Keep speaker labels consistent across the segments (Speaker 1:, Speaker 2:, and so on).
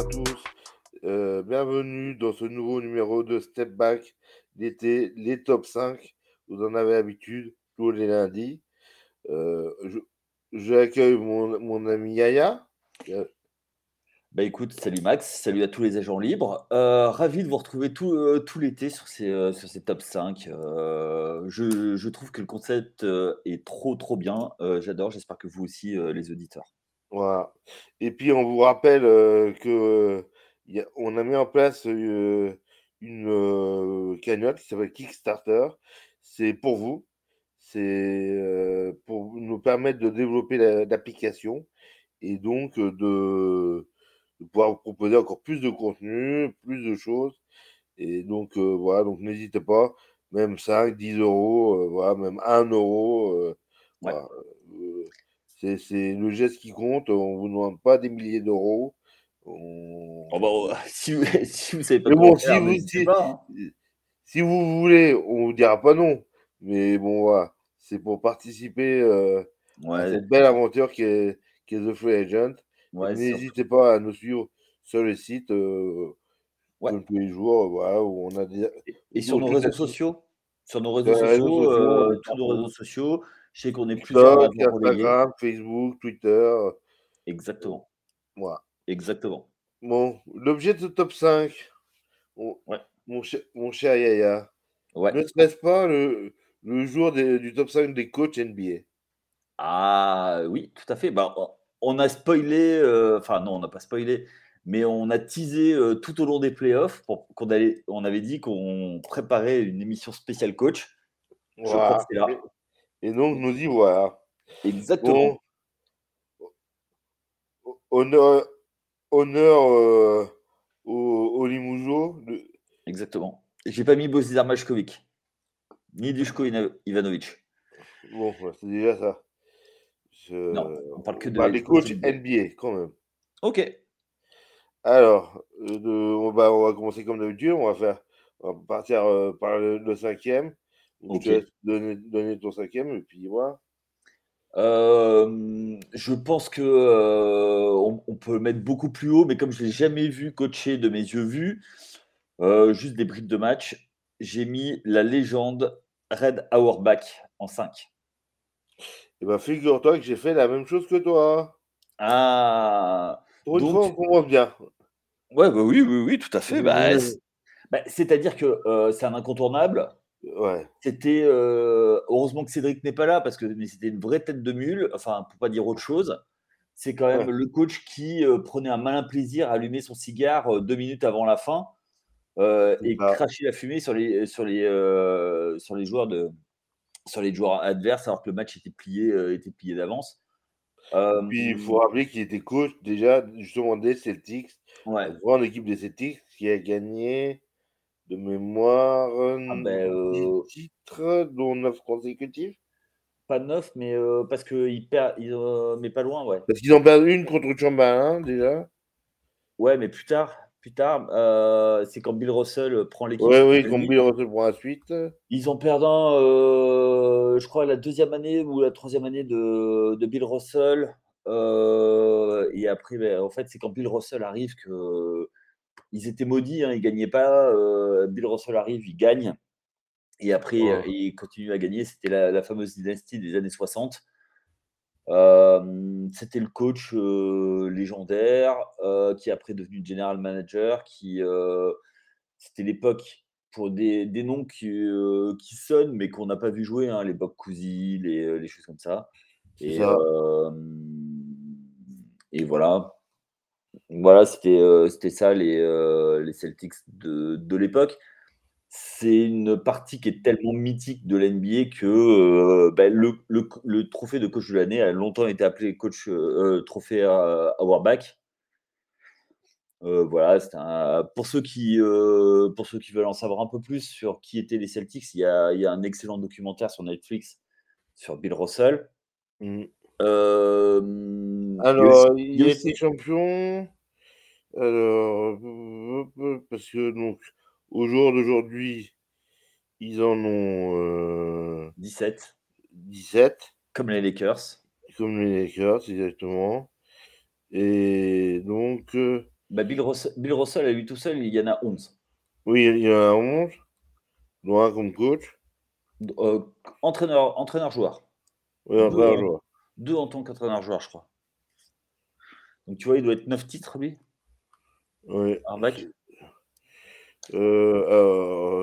Speaker 1: à tous. Bienvenue dans ce nouveau numéro de Step Back d'été, les top 5. Vous en avez l'habitude, tous les lundis. J'accueille mon ami Yaya. Euh,
Speaker 2: Bah écoute, salut Max, salut à tous les agents libres. Ravi de vous retrouver tout l'été sur ces top 5. Je trouve que le concept est trop bien. J'adore, j'espère que vous aussi, les auditeurs.
Speaker 1: voilà. Et puis on vous rappelle que on a mis en place une cagnotte qui s'appelle Kickstarter. C'est pour vous. C'est pour nous permettre de développer l'application et donc de pouvoir vous proposer encore plus de contenu, plus de choses. Et donc, voilà, donc n'hésitez pas, même 5, 10 euros, voilà, même 1 euro,
Speaker 2: Ouais.
Speaker 1: voilà. C'est le geste qui compte, on vous demande pas des milliers d'euros.
Speaker 2: Oh bah,
Speaker 1: On...
Speaker 2: si vous savez pas
Speaker 1: Mais
Speaker 2: comment
Speaker 1: bon,
Speaker 2: faire, n'hésitez pas, hein.
Speaker 1: si vous voulez, on vous dira pas non. Mais bon, voilà, c'est pour participer à
Speaker 2: Ouais,
Speaker 1: cette belle aventure qui est The Free Agent. Et
Speaker 2: ouais, surtout.
Speaker 1: n'hésitez pas à nous suivre sur le site,
Speaker 2: Ouais.
Speaker 1: comme tous les jours, voilà, où on a des,
Speaker 2: Et sur
Speaker 1: où
Speaker 2: nos
Speaker 1: toute la
Speaker 2: réseaux
Speaker 1: suite,
Speaker 2: sociaux, sur nos
Speaker 1: sur
Speaker 2: réseaux
Speaker 1: les réseaux
Speaker 2: sociaux,
Speaker 1: sociaux, on est
Speaker 2: tous nos réseaux
Speaker 1: partout.
Speaker 2: sociaux, je sais qu'on est plusieurs à
Speaker 1: TikTok,
Speaker 2: avoir relayé.
Speaker 1: Instagram, Facebook, Twitter.
Speaker 2: Exactement,
Speaker 1: Voilà.
Speaker 2: exactement.
Speaker 1: Bon, l'objet de ce top 5, mon,
Speaker 2: Ouais,
Speaker 1: mon cher Yaya,
Speaker 2: ouais.
Speaker 1: ne serait-ce pas le jour du top 5 des coachs NBA?
Speaker 2: Ah oui, tout à fait. Bah, on a spoilé, enfin non, on n'a pas spoilé, mais on a teasé, tout au long des playoffs pour on avait dit qu'on préparait une émission spéciale coach. Je crois que
Speaker 1: Voilà.
Speaker 2: c'est là.
Speaker 1: Et donc, nous y voilà.
Speaker 2: Exactement,
Speaker 1: Bon, honneur, honneur au Limoujo.
Speaker 2: exactement. J'ai pas mis Bozidar Mašković, ni Duško Ivanović.
Speaker 1: Bon, bah, c'est déjà ça.
Speaker 2: Non, on parle que
Speaker 1: On
Speaker 2: de
Speaker 1: parle
Speaker 2: head
Speaker 1: des
Speaker 2: coach
Speaker 1: coachs
Speaker 2: NBA.
Speaker 1: NBA quand même.
Speaker 2: OK,
Speaker 1: Alors, on va commencer comme d'habitude. On va partir par le cinquième. Donc, je te
Speaker 2: OK.
Speaker 1: laisse donner ton cinquième et puis voilà.
Speaker 2: Je pense que, on peut le mettre beaucoup plus haut, mais comme je l'ai jamais vu coacher de mes yeux vus, juste des bribes de match. J'ai mis la légende Red Auerbach en 5.
Speaker 1: Et ben, figure-toi que j'ai fait la même chose que toi.
Speaker 2: Ah!
Speaker 1: Pour une fois, on
Speaker 2: Donc
Speaker 1: comprend bien.
Speaker 2: ouais, bah, oui, tout à fait. C'est-à-dire que, c'est un incontournable.
Speaker 1: Ouais,
Speaker 2: C'était, heureusement que Cédric n'est pas là parce que mais c'était une vraie tête de mule, enfin, pour pas dire autre chose. C'est quand même
Speaker 1: ouais,
Speaker 2: le coach qui, prenait un malin plaisir à allumer son cigare, 2 minutes avant la fin,
Speaker 1: c'est
Speaker 2: et
Speaker 1: ça.
Speaker 2: cracher la fumée sur les joueurs adverses alors que le match était plié d'avance.
Speaker 1: Et puis, il faut rappeler qu'il était coach déjà, justement, des Celtics,
Speaker 2: Ouais.
Speaker 1: la grande équipe des Celtics qui a gagné de mémoire
Speaker 2: Ah ben,
Speaker 1: 10 titres, dont 9 consécutifs.
Speaker 2: pas 9, mais parce qu'ils perdent, mais pas loin, ouais.
Speaker 1: Parce qu'ils en perdent une contre Chamberlain déjà.
Speaker 2: Ouais, mais plus tard, c'est quand Bill Russell prend l'équipe
Speaker 1: Oui,
Speaker 2: sur
Speaker 1: oui,
Speaker 2: sa
Speaker 1: contre
Speaker 2: ligne.
Speaker 1: Bill Russell pour la suite.
Speaker 2: Ils en perdent un, je crois la deuxième année ou la troisième année de Bill Russell. Et après, beh, en fait, c'est quand Bill Russell arrive que ils étaient maudits, hein, ils gagnaient pas. Bill Russell arrive, il gagne. Et après,
Speaker 1: Oh.
Speaker 2: il continue à gagner. C'était la fameuse dynastie des années 60. C'était le coach légendaire qui est après devenu general manager, c'était l'époque pour des noms qui sonnent, mais qu'on n'a pas vu jouer, hein, l'époque Cousy, les choses comme ça.
Speaker 1: C'est
Speaker 2: Et,
Speaker 1: ça.
Speaker 2: et voilà. Voilà, c'était ça les Celtics de l'époque. C'est une partie qui est tellement mythique de l'NBA que bah, le trophée de coach de l'année a longtemps été appelé trophée Auerbach. Voilà, pour ceux qui veulent en savoir un peu plus sur qui étaient les Celtics, il y a un excellent documentaire sur Netflix sur Bill Russell.
Speaker 1: Mm.
Speaker 2: Il y a aussi,
Speaker 1: Alors,
Speaker 2: il y
Speaker 1: il
Speaker 2: a
Speaker 1: a
Speaker 2: aussi
Speaker 1: été champion. Alors, parce que donc, au jour d'aujourd'hui, ils en ont
Speaker 2: 17,
Speaker 1: 17,
Speaker 2: comme les Lakers.
Speaker 1: comme les Lakers, exactement. Et donc,
Speaker 2: Bill Russell, à lui tout seul, il y en a 11.
Speaker 1: Oui, il y en a 11, dont un comme coach.
Speaker 2: Entraîneur-joueur.
Speaker 1: Oui,
Speaker 2: Deux,
Speaker 1: entraîneur
Speaker 2: en,
Speaker 1: joueur.
Speaker 2: deux en tant qu'entraîneur-joueur, je crois. Donc tu vois, il doit être 9 titres, lui,
Speaker 1: Oui.
Speaker 2: Harbaugh.
Speaker 1: Alors,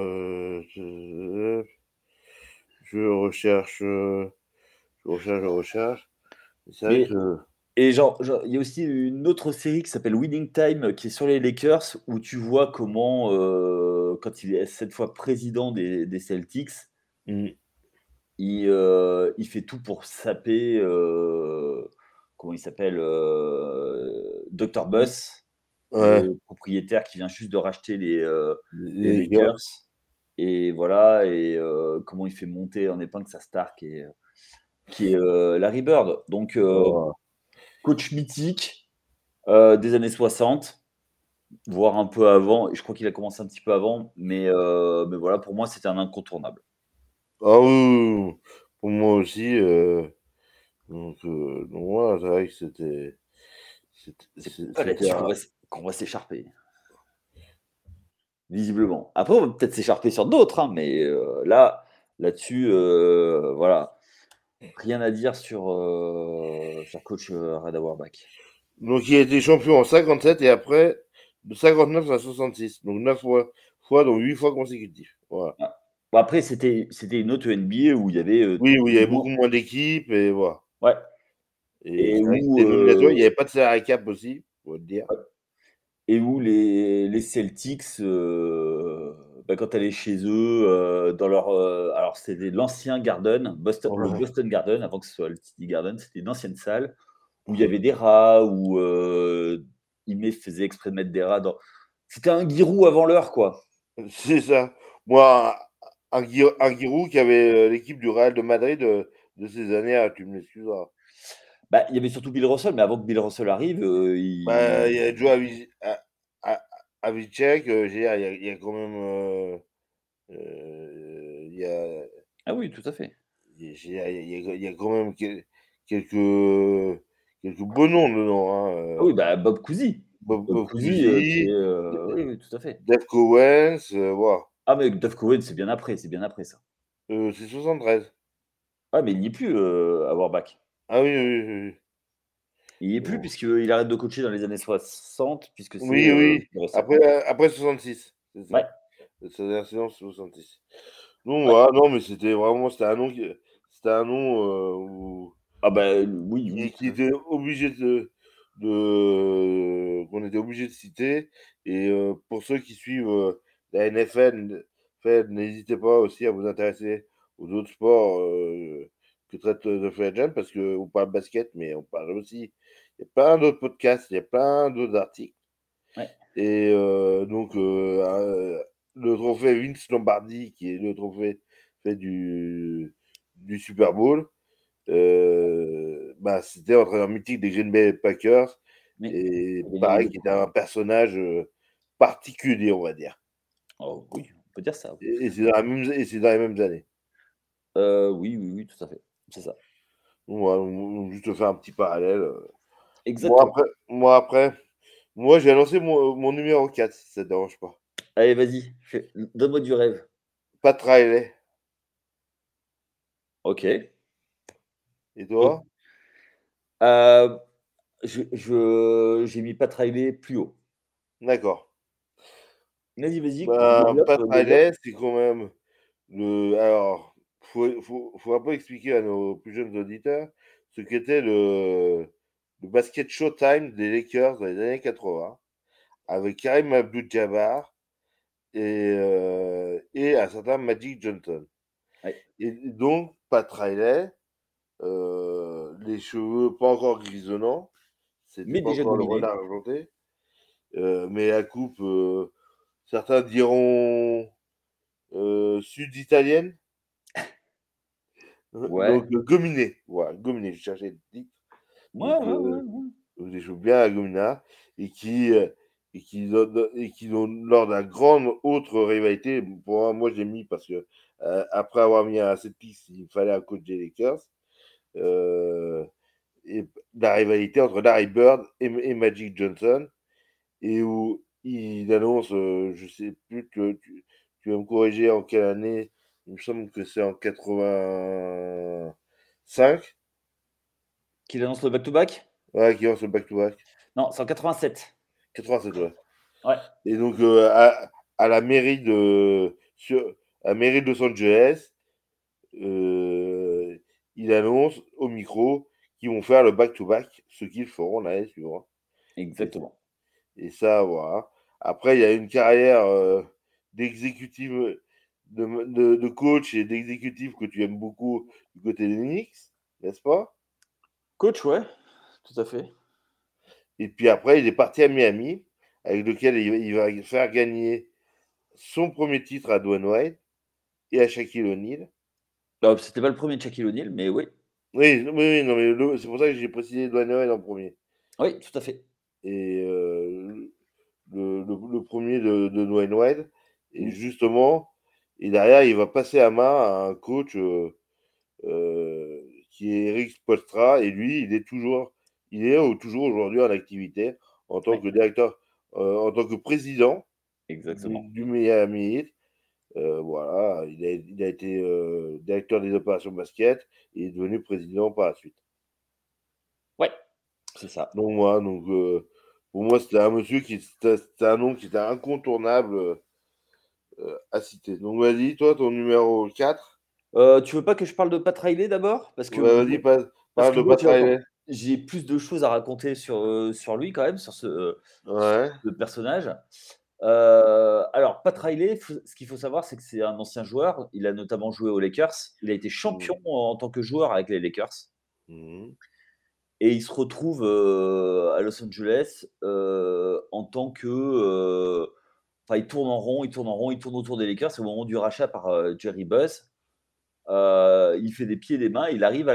Speaker 1: je recherche, je recherche. C'est vrai
Speaker 2: Mais
Speaker 1: que.
Speaker 2: et il y a aussi une autre série qui s'appelle Winning Time qui est sur les Lakers où tu vois comment, quand il est cette fois président des Celtics,
Speaker 1: Hmm.
Speaker 2: il fait tout pour saper, comment il s'appelle, Dr. Buss,
Speaker 1: Ouais,
Speaker 2: le propriétaire qui vient juste de racheter les
Speaker 1: les gars.
Speaker 2: Lakers. Et voilà, et comment il fait monter en épingle sa star qui est Larry Bird. Donc,
Speaker 1: Oh.
Speaker 2: coach mythique des années 60, voire un peu avant. Et je crois qu'il a commencé un petit peu avant, mais voilà, pour moi, c'était un incontournable.
Speaker 1: Ah oui, oui, oui. Pour moi aussi. Donc voilà, c'est vrai que c'était.
Speaker 2: C'est pas
Speaker 1: C'était
Speaker 2: là-dessus qu'on va s'écharper, visiblement. Après, on va peut-être s'écharper sur d'autres, hein, mais là-dessus, voilà. Rien à dire sur coach Red Auerbach.
Speaker 1: Donc il a été champion en 57 et après de 59 à 66. Donc 9 fois, donc 8 fois consécutifs. Voilà.
Speaker 2: Ah. Bon, après, c'était une autre NBA où il y avait
Speaker 1: Oui, où il y avait beaucoup
Speaker 2: moins.
Speaker 1: moins d'équipes et voilà.
Speaker 2: Ouais.
Speaker 1: Et
Speaker 2: Et
Speaker 1: c'est vrai que
Speaker 2: où,
Speaker 1: c'était éliminatoire. Il n'y avait pas de salary cap aussi, faut le dire.
Speaker 2: les Celtics, bah, quand elle est chez eux, dans leur. Alors, c'était l'ancien Garden, le
Speaker 1: Ouais.
Speaker 2: Boston Garden, avant que ce soit le TD Garden, c'était une ancienne salle où il y avait des rats, où Ime faisait exprès de mettre des rats dans. C'était un Giroud avant l'heure, quoi.
Speaker 1: C'est ça. Moi, un Giroud qui avait l'équipe du Real de Madrid de ces années, tu m'excuseras.
Speaker 2: Bah, il y avait surtout Bill Russell, mais avant que Bill Russell arrive,
Speaker 1: Bah, il y a Joe Havlicek, je veux dire, il y a quand même. Il y a,
Speaker 2: Ah oui, tout à fait.
Speaker 1: il y a quand même quelques beaux noms dedans. Hein.
Speaker 2: Ah oui, bah, Bob Cousy. Bob
Speaker 1: Bob
Speaker 2: Cousy, qui est.
Speaker 1: Cousy,
Speaker 2: Oui, oui, tout à fait.
Speaker 1: Dave Cowens, voilà.
Speaker 2: Ah, mais Dave Cohen, c'est bien après ça.
Speaker 1: C'est 73.
Speaker 2: Ah, mais il n'y est plus à Warbach.
Speaker 1: Ah oui, oui, oui.
Speaker 2: Il n'y est plus
Speaker 1: Oui,
Speaker 2: puisqu'il arrête de coacher dans les années 60, puisque c'est
Speaker 1: oui, oui.
Speaker 2: Bill Russell.
Speaker 1: Après 66, c'est
Speaker 2: Ouais,
Speaker 1: ça. C'est la séance 66. Donc
Speaker 2: ouais.
Speaker 1: voilà, non, mais c'était un nom, c'était un nom
Speaker 2: Ah, bah oui, oui,
Speaker 1: qui
Speaker 2: tout à fait.
Speaker 1: était obligé qu'on était obligé de citer. Et pour ceux qui suivent la n'hésitez pas aussi à vous intéresser aux autres sports que traite The Free Agent, parce qu'on parle basket, mais on parle aussi. Il y a plein d'autres podcasts, il y a plein d'autres articles.
Speaker 2: Ouais.
Speaker 1: Et donc, le trophée Vince Lombardi, qui est le trophée fait du Super Bowl, bah, c'était l'entraîneur mythique des Green Bay Packers
Speaker 2: Mais
Speaker 1: et
Speaker 2: il a gagné en
Speaker 1: pareil,
Speaker 2: Ligue
Speaker 1: qui
Speaker 2: des
Speaker 1: était un
Speaker 2: Champions.
Speaker 1: personnage particulier, on va dire.
Speaker 2: Oh, oui, on peut dire ça. Oui,
Speaker 1: Et c'est dans les mêmes années.
Speaker 2: Oui, oui, oui, tout à fait. C'est ça.
Speaker 1: Donc, voilà, juste faire un petit parallèle. Moi
Speaker 2: Exactement.
Speaker 1: après, moi après, moi j'ai annoncé mon numéro 4 si ça te dérange pas.
Speaker 2: Allez, vas-y, donne-moi du rêve.
Speaker 1: Pat Riley.
Speaker 2: Ok.
Speaker 1: Et
Speaker 2: Donc,
Speaker 1: toi?
Speaker 2: euh, j'ai mis Pat Riley plus haut.
Speaker 1: D'accord.
Speaker 2: Vas-y, vas-y,
Speaker 1: Ben,
Speaker 2: développe,
Speaker 1: Pat
Speaker 2: développe.
Speaker 1: Riley, c'est quand même alors, faut un peu expliquer à nos plus jeunes auditeurs ce qu'était le basket Showtime des Lakers dans les années 80, avec Karim Abdul-Jabbar et un certain Magic Johnson.
Speaker 2: Ouais.
Speaker 1: Et donc, Pat Riley, les cheveux pas encore grisonnants, c'était
Speaker 2: Mais
Speaker 1: pas
Speaker 2: déjà
Speaker 1: encore le
Speaker 2: gominé.
Speaker 1: renard argenté, mais la coupe, certains diront sud-italienne.
Speaker 2: Ouais.
Speaker 1: Donc, Gominé, voilà, Gominé, je cherchais le titre.
Speaker 2: Ouais,
Speaker 1: Donc,
Speaker 2: ouais, ouais, ouais.
Speaker 1: des jouent bien à Gomina et et qui lors d'un grande autre rivalité, pour moi, j'ai mis parce que après avoir mis à cette piste, il fallait un coach des Lakers. euh, et la rivalité entre Larry Bird et Magic Johnson. et où il annonce, je sais plus que tu vas me corriger en quelle année, il me semble que c'est en 85,
Speaker 2: Qu'il annonce le back-to-back?
Speaker 1: ouais, qui lance le back-to-back.
Speaker 2: Non, c'est en 87.
Speaker 1: 87, ouais.
Speaker 2: Ouais,
Speaker 1: Et donc, à la mairie à la mairie de Los Angeles, il annonce au micro qu'ils vont faire le back-to-back, ce qu'ils feront l'année suivante. Et,
Speaker 2: exactement.
Speaker 1: et ça, voilà. Après, il y a une carrière d'exécutif, de coach et d'exécutif que tu aimes beaucoup du côté des Knicks, n'est-ce pas?
Speaker 2: Coach, ouais, tout à fait.
Speaker 1: Et puis après, il est parti à Miami, avec lequel il va faire gagner son premier titre à Dwayne Wade et à Shaquille O'Neal.
Speaker 2: C'était pas le premier de Shaquille O'Neal, mais oui.
Speaker 1: Oui, oui, oui, non, mais c'est pour ça que j'ai précisé Dwayne Wade en premier.
Speaker 2: Oui, tout à fait.
Speaker 1: Et le premier de Dwayne Wade. Et
Speaker 2: Mmh.
Speaker 1: justement, et derrière, il va passer à main à un coach qui est Eric Spoelstra. Et lui, il est toujours aujourd'hui en activité en tant
Speaker 2: Ouais,
Speaker 1: que directeur, en tant que président
Speaker 2: exactement.
Speaker 1: du Miami Heat. Voilà, il a été directeur des opérations basket et est devenu président par la suite.
Speaker 2: Ouais, c'est ça.
Speaker 1: Pour moi, c'était un monsieur c'était un nom qui était incontournable à citer. Donc vas-y, toi, ton numéro 4.
Speaker 2: Tu veux pas que je parle de Pat Riley d'abord?
Speaker 1: Ouais, vas-y,
Speaker 2: Parce
Speaker 1: parle
Speaker 2: que
Speaker 1: de
Speaker 2: moi,
Speaker 1: Pat Riley.
Speaker 2: j'ai plus de choses à raconter sur lui quand même, sur
Speaker 1: Ouais.
Speaker 2: ce personnage. Alors Pat Riley, ce qu'il faut savoir, c'est que c'est un ancien joueur. Il a notamment joué aux Lakers. Il a été champion
Speaker 1: Mhm.
Speaker 2: en tant que joueur avec les Lakers
Speaker 1: Mhm.
Speaker 2: et il se retrouve, à Los Angeles, en tant que, enfin il tourne en rond, il tourne en rond, il tourne autour des Lakers. C'est au moment du rachat par, Jerry Buss. Il fait des pieds et des mains, il arrive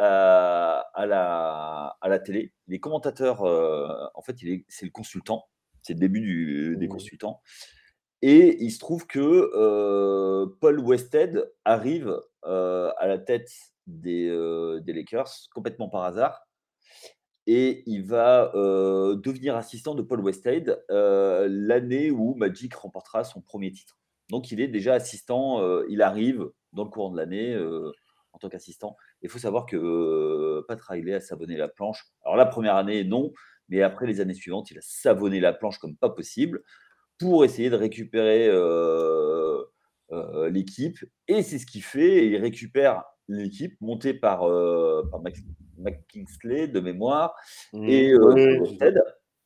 Speaker 2: à la télé. Il est commentateur, en fait, c'est le consultant. C'est le début des
Speaker 1: Mhm.
Speaker 2: consultants. Et il se trouve que Paul Westhead arrive à la tête des Lakers complètement par hasard. Et il va devenir assistant de Paul Westhead l'année où Magic remportera son premier titre. Donc il est déjà assistant, il arrive dans le courant de l'année en tant qu'assistant. Il faut savoir que Pat Riley a savonné la planche. Alors la première année, non, mais après les années suivantes, il a savonné la planche comme pas possible pour essayer de récupérer l'équipe. Et c'est ce qu'il fait. Il récupère l'équipe montée par Mac Kingsley de mémoire et
Speaker 1: Mhm. Oui,
Speaker 2: Paul
Speaker 1: oui, c'est ça.
Speaker 2: Westhead.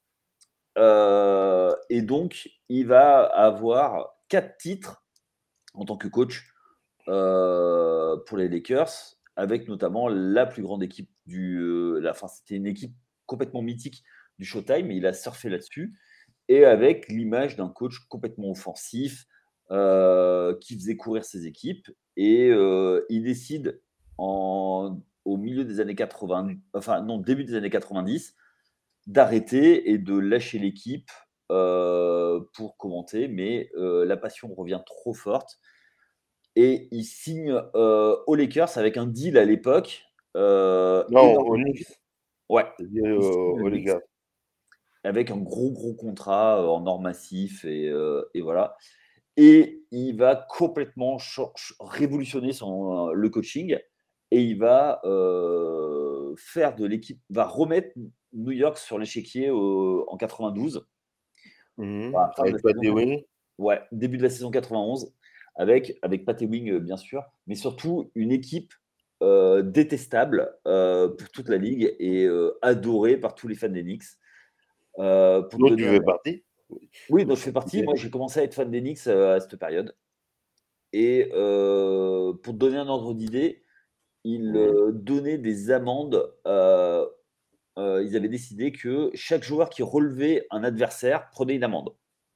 Speaker 2: Et donc, il va avoir 4 titres en tant que coach pour les Lakers, avec notamment la plus grande équipe enfin, c'était une équipe complètement mythique du Showtime, et il a surfé là-dessus, et avec l'image d'un coach complètement offensif qui faisait courir ses équipes. Et il décide au milieu des années 80, enfin non, début des années 90, d'arrêter et de lâcher l'équipe pour commenter, mais la passion revient trop forte et il signe aux Lakers avec un deal à l'époque
Speaker 1: Non,
Speaker 2: énorme.
Speaker 1: au Knicks.
Speaker 2: Ouais,
Speaker 1: C'est-à-dire,
Speaker 2: il signe aux
Speaker 1: aux
Speaker 2: Knicks
Speaker 1: Lakers.
Speaker 2: avec un gros contrat en or massif et voilà. Et il va complètement révolutionner le coaching et il va faire de l'équipe, va remettre New York sur l'échiquier en 92,
Speaker 1: Mhm.
Speaker 2: à la fin de la
Speaker 1: Avec
Speaker 2: saison.
Speaker 1: Pat Ewing.
Speaker 2: Ouais, début de la saison 91, avec Pat Ewing, bien sûr, mais surtout une équipe détestable pour toute la ligue et adorée par tous les fans des Knicks. Pour te
Speaker 1: Dont tu
Speaker 2: donner un
Speaker 1: fais partie.
Speaker 2: Oui,
Speaker 1: Faut
Speaker 2: dont
Speaker 1: le
Speaker 2: je fais partie.
Speaker 1: préciser.
Speaker 2: Moi, j'ai commencé à être fan des Knicks à cette période. Et pour te donner un ordre d'idée, ils
Speaker 1: Mhm.
Speaker 2: donnaient des amendes. Ils avaient décidé que chaque joueur qui relevait un adversaire prenait une amende.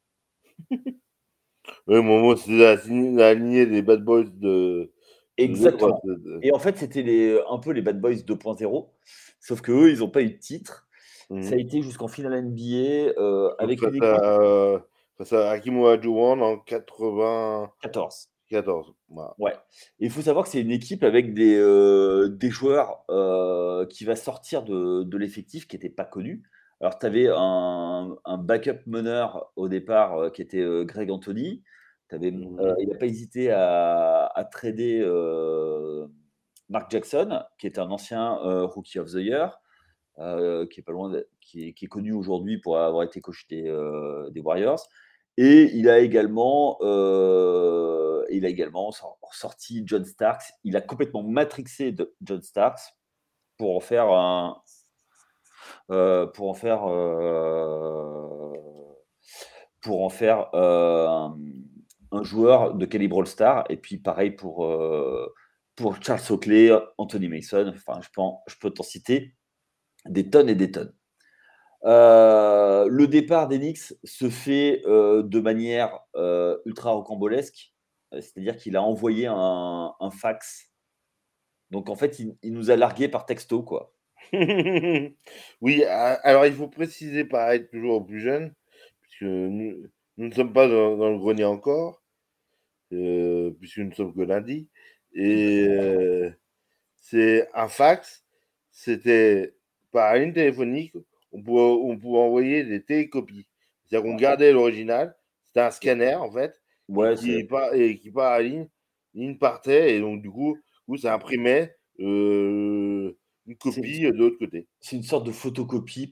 Speaker 1: Oui, moi, c'est la lignée des Bad Boys de Détroit.
Speaker 2: Exactement. Et en fait, c'était un peu les Bad Boys 2.0, sauf qu'eux, ils n'ont pas eu de titre. Ça a
Speaker 1: Mhm.
Speaker 2: été jusqu'en finale NBA avec une
Speaker 1: Face
Speaker 2: équipe
Speaker 1: face à Hakim Olajuwon en
Speaker 2: 14.
Speaker 1: 94. Voilà.
Speaker 2: Ouais. Et il faut savoir que c'est une équipe avec des joueurs qui va sortir de l'effectif qui n'étaient pas connus, Alors, tu avais un backup meneur au départ qui était Greg Anthony.
Speaker 1: Mmh.
Speaker 2: Il n'a pas hésité à trader Mark Jackson, qui est un ancien Rookie of the Year, qui est pas loin qui est connu aujourd'hui pour avoir été coach des Warriors. Et il a également sorti John Starks. Il a complètement matrixé John Starks pour en faire un, pour en faire pour en faire un joueur de calibre All-Star. Et puis pareil pour Charles Oakley, Anthony Mason. Enfin, je peux t'en citer des tonnes et des tonnes. Le départ d'Enix se fait de manière ultra rocambolesque, c'est-à-dire qu'il a envoyé un fax. Donc en fait, il nous a largué par texto, quoi.
Speaker 1: Oui, alors il faut préciser, pareil, toujours aux plus jeunes, puisque nous ne sommes pas dans le grenier encore, puisque nous ne sommes que lundi. Et c'est un fax, c'était par ligne téléphonique, on pouvait envoyer des télécopies. C'est-à-dire qu'on gardait l'original, c'était un scanner en fait,
Speaker 2: Ouais, c'est
Speaker 1: et qui part à ligne partait, et donc du coup ça imprimait une
Speaker 2: c'est
Speaker 1: copie de l'autre côté,
Speaker 2: c'est une sorte de photocopie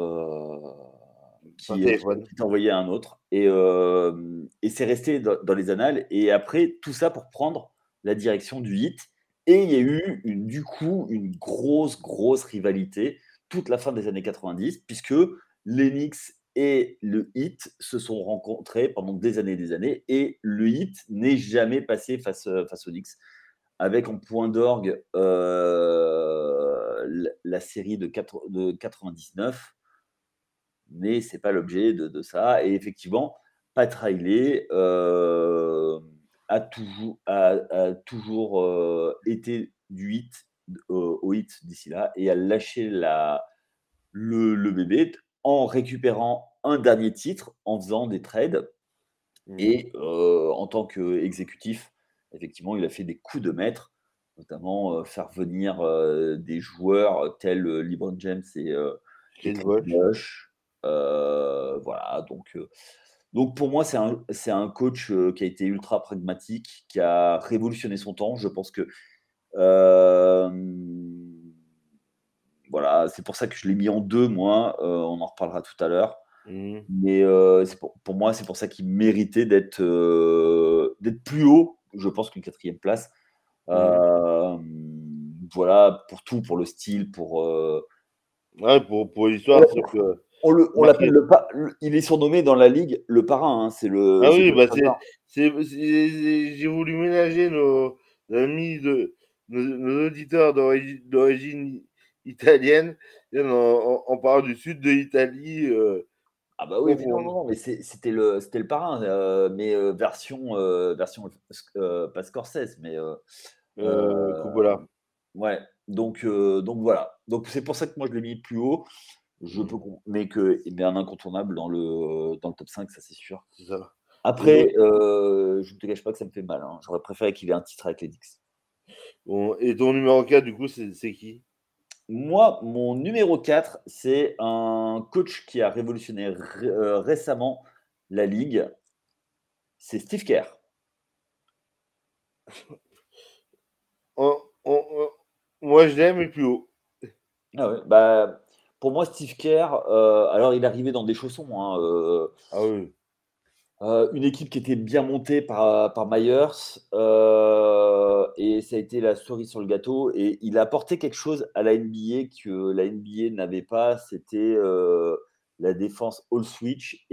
Speaker 1: par
Speaker 2: qui,
Speaker 1: téléphone.
Speaker 2: qui est envoyée à un autre. Et c'est resté dans les annales. Et après, tout ça pour prendre la direction du hit. Et il y a eu du coup une grosse, grosse rivalité toute la fin des années 90, puisque l'Enix et le hit se sont rencontrés pendant des années, et le hit n'est jamais passé face au Knicks, avec en point d'orgue la série de 99, mais c'est pas l'objet de ça. Et effectivement, Pat Riley a toujours été du hit au hit d'ici là, et a lâché le bébé en récupérant un dernier titre, en faisant des trades.
Speaker 1: Mmh.
Speaker 2: Et en tant qu'exécutif, effectivement, il a fait des coups de maître, notamment faire venir des joueurs tels LeBron James et
Speaker 1: Chris
Speaker 2: Chris
Speaker 1: Bosh.
Speaker 2: Bosh. Voilà, donc pour moi, c'est un coach qui a été ultra pragmatique, qui a révolutionné son temps. Je pense que euh, voilà, c'est pour ça que je l'ai mis en deux, moi. On en reparlera tout à l'heure.
Speaker 1: Mmh.
Speaker 2: Mais pour moi, c'est pour ça qu'il méritait d'être plus haut, je pense, qu'une quatrième place.
Speaker 1: Mmh.
Speaker 2: Euh, voilà, pour tout, pour le style,
Speaker 1: Ouais, pour l'histoire, c'est que
Speaker 2: on l'appelle
Speaker 1: marqué.
Speaker 2: il est surnommé dans la ligue le parrain, hein,
Speaker 1: Ah
Speaker 2: c'est
Speaker 1: oui,
Speaker 2: le
Speaker 1: bah
Speaker 2: Godfather.
Speaker 1: j'ai voulu ménager nos amis nos auditeurs d'origine italienne. Et on parle du sud de l'Italie
Speaker 2: Ah bah oui, mais non, non,
Speaker 1: profonde.
Speaker 2: non, mais c'était le parrain, mais version pas Scorsese, mais
Speaker 1: Coppola.
Speaker 2: ouais. Donc voilà. Donc c'est pour ça que moi je l'ai mis plus haut.
Speaker 1: Mmh,
Speaker 2: Mais un incontournable dans le top 5, ça c'est sûr.
Speaker 1: c'est ça. Et
Speaker 2: Après,
Speaker 1: donc,
Speaker 2: je ne te cache pas que ça me fait mal, hein. J'aurais préféré qu'il ait un titre avec les Knicks.
Speaker 1: bon, et ton numéro 4 du coup, c'est qui?
Speaker 2: Moi, mon numéro 4, c'est un coach qui a révolutionné récemment la ligue. C'est Steve Kerr.
Speaker 1: On- on- on- Moi, je l'aime, mais plus haut.
Speaker 2: Ah ouais, bah, pour moi, Steve Kerr, alors il est arrivé dans des chaussons, hein,
Speaker 1: Ah oui.
Speaker 2: une équipe qui était bien montée par Myers, et ça a été la cerise sur le gâteau. Et il a apporté quelque chose à la NBA que la NBA n'avait pas, c'était la défense all switch,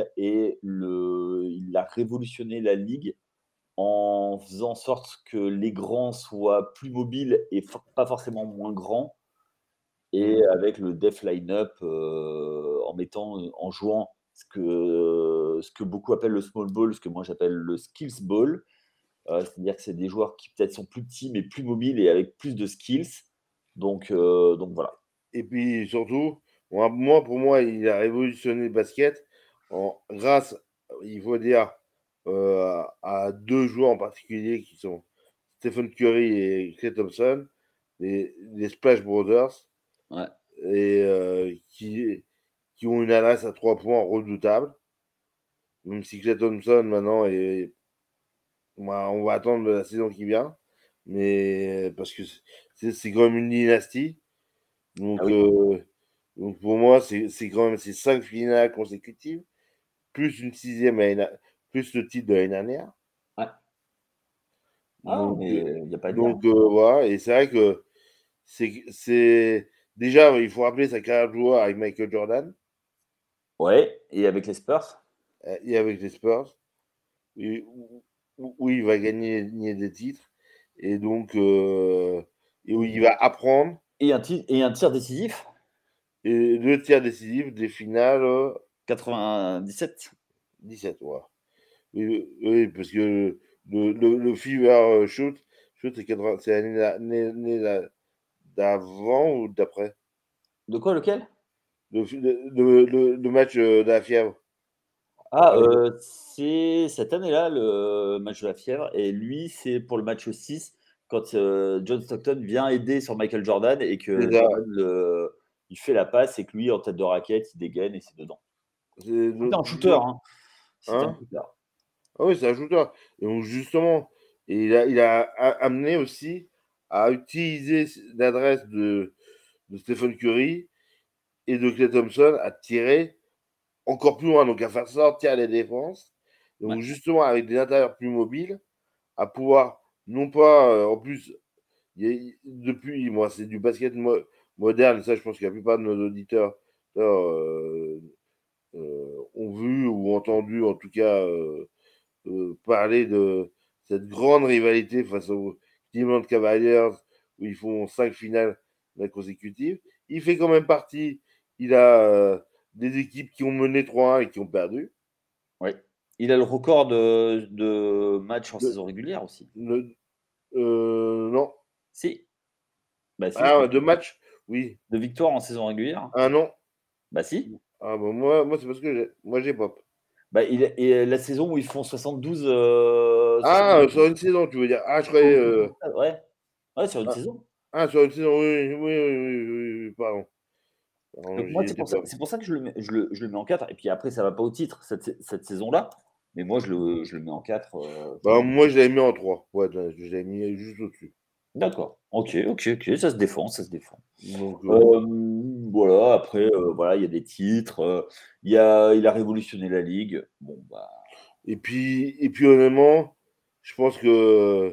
Speaker 2: il a révolutionné la ligue en faisant en sorte que les grands soient plus mobiles et pas forcément moins grands, et
Speaker 1: Mmh.
Speaker 2: avec le def line-up, en jouant ce que beaucoup appellent le small ball, ce que moi j'appelle le skills ball. C'est-à-dire que c'est des joueurs qui peut-être sont plus petits mais plus mobiles et avec plus de skills. Donc voilà.
Speaker 1: Et puis surtout, pour moi, il a révolutionné le basket grâce, il faut dire, à deux joueurs en particulier qui sont Stephen Curry et Klay Thompson, les Splash Brothers,
Speaker 2: Ouais.
Speaker 1: et qui ont une adresse à 3 points redoutable. Même si Klay Thompson maintenant on va attendre la saison qui vient, mais parce que c'est quand même une dynastie.
Speaker 2: Ah
Speaker 1: Donc,
Speaker 2: oui.
Speaker 1: pour moi, c'est quand même ces 5 finales consécutives, plus une sixième plus le titre de l'année dernière.
Speaker 2: Ouais. Ah,
Speaker 1: Donc,
Speaker 2: mais il y a pas à dire, hein.
Speaker 1: voilà. Et c'est vrai que c'est déjà, il faut rappeler sa carrière de joueur avec Michael Jordan
Speaker 2: Ouais, et avec les Spurs?
Speaker 1: et avec les Spurs, où il va gagner des titres et donc, et où il va apprendre
Speaker 2: Et un tir décisif?
Speaker 1: et 2 tiers décisifs des finales,
Speaker 2: 97.
Speaker 1: 17, voilà. Oui, oui, parce que le Fever shoot c'est l'année d'avant ou d'après?
Speaker 2: De quoi, lequel?
Speaker 1: Le match, de la fièvre.
Speaker 2: Ah,
Speaker 1: Avec
Speaker 2: c'est cette année-là, le match de la fièvre et lui, c'est pour le match 6 quand, John Stockton vient aider sur Michael Jordan et
Speaker 1: c'est
Speaker 2: que
Speaker 1: ça,
Speaker 2: Jordan il fait la passe et que lui, en tête de raquette, il dégaine et c'est dedans.
Speaker 1: c'est
Speaker 2: C'était
Speaker 1: le
Speaker 2: un shooter, hein. C'était un
Speaker 1: hein?
Speaker 2: shooter.
Speaker 1: Ah oui, c'est un shooter et donc justement et il a amené aussi à utiliser l'adresse de Stephen Curry et de Klay Thompson à tirer encore plus loin, donc à faire sortir les défenses.
Speaker 2: Ouais,
Speaker 1: Donc justement avec des intérieurs plus mobiles, à pouvoir non pas, en plus, depuis, moi, c'est du basket moderne, ça je pense que la plupart de nos auditeurs ont vu ou entendu en tout cas parler de cette grande rivalité face aux Cleveland Cavaliers où ils font 5 finales consécutives. Il fait quand même partie, il a des équipes qui ont mené 3-1 et qui ont perdu.
Speaker 2: ouais. Il a le record de matchs en
Speaker 1: Le,
Speaker 2: saison régulière aussi.
Speaker 1: non.
Speaker 2: Si, bah si,
Speaker 1: Ah, 2 matchs. Oui.
Speaker 2: de victoires en saison régulière.
Speaker 1: Ah non.
Speaker 2: Bah si.
Speaker 1: Ah bah moi c'est parce que j'ai pop.
Speaker 2: Bah, et la saison où ils font 72,
Speaker 1: Ah, sur une saison, tu veux dire. Ah, je croyais.
Speaker 2: ouais. Ouais, sur une
Speaker 1: Ah,
Speaker 2: saison.
Speaker 1: sur une saison, oui, oui, oui, oui, oui, oui, pardon. Pardon,
Speaker 2: Donc moi,
Speaker 1: j'y étais pas.
Speaker 2: c'est pour ça que je le mets en 4 et puis après ça va pas au titre cette saison-là, mais moi je le mets en 4.
Speaker 1: Bah, moi, je l'avais mis en 3. Ouais, je l'avais mis juste au-dessus.
Speaker 2: D'accord. OK, OK, OK, ça se défend, ça se défend.
Speaker 1: Donc,
Speaker 2: Voilà, après, voilà, il y a des titres, il a révolutionné la ligue. Bon, bah,
Speaker 1: et puis honnêtement, je pense que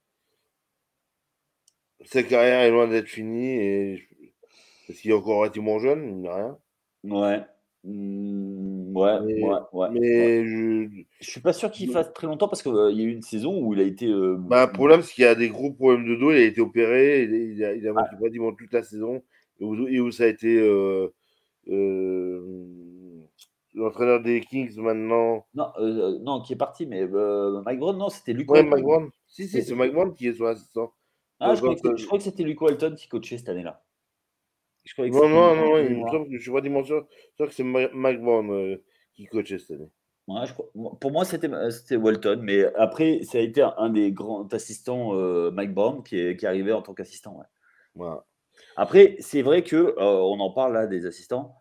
Speaker 1: sa carrière est loin d'être finie parce qu'il est encore relativement jeune, mine de rien.
Speaker 2: ouais. Ouais,
Speaker 1: Mais,
Speaker 2: ouais, ouais, ouais.
Speaker 1: mais
Speaker 2: Je suis pas sûr qu'il fasse très longtemps parce qu'il y a eu une saison où il a été,
Speaker 1: bah, le problème, c'est qu'il y a des gros problèmes de dos. Il a été opéré, il a manqué
Speaker 2: ah,
Speaker 1: pratiquement toute la saison. Et où ça a été l'entraîneur des Kings maintenant.
Speaker 2: non, non, qui est parti, mais Mike Brown, non, c'était Luke
Speaker 1: Ouais,
Speaker 2: Walton.
Speaker 1: Mike Brown. Si, si,
Speaker 2: C'était
Speaker 1: c'est Mike Brown qui est son assistant.
Speaker 2: ah,
Speaker 1: Quand, quand,
Speaker 2: je croyais que c'était Luke Walton qui coachait cette année-là. Je croyais que
Speaker 1: non,
Speaker 2: c'était
Speaker 1: non, non, non,
Speaker 2: de
Speaker 1: il me
Speaker 2: mémoire.
Speaker 1: semble que je suis pratiquement sûr que c'est Mike Brown qui coachait cette année.
Speaker 2: Ouais, pour moi, c'était Walton, mais après, ça a été un des grands assistants, Mike Brown, qui est arrivé en tant qu'assistant, ouais.
Speaker 1: Voilà.
Speaker 2: Après, c'est vrai que, on en parle là des assistants.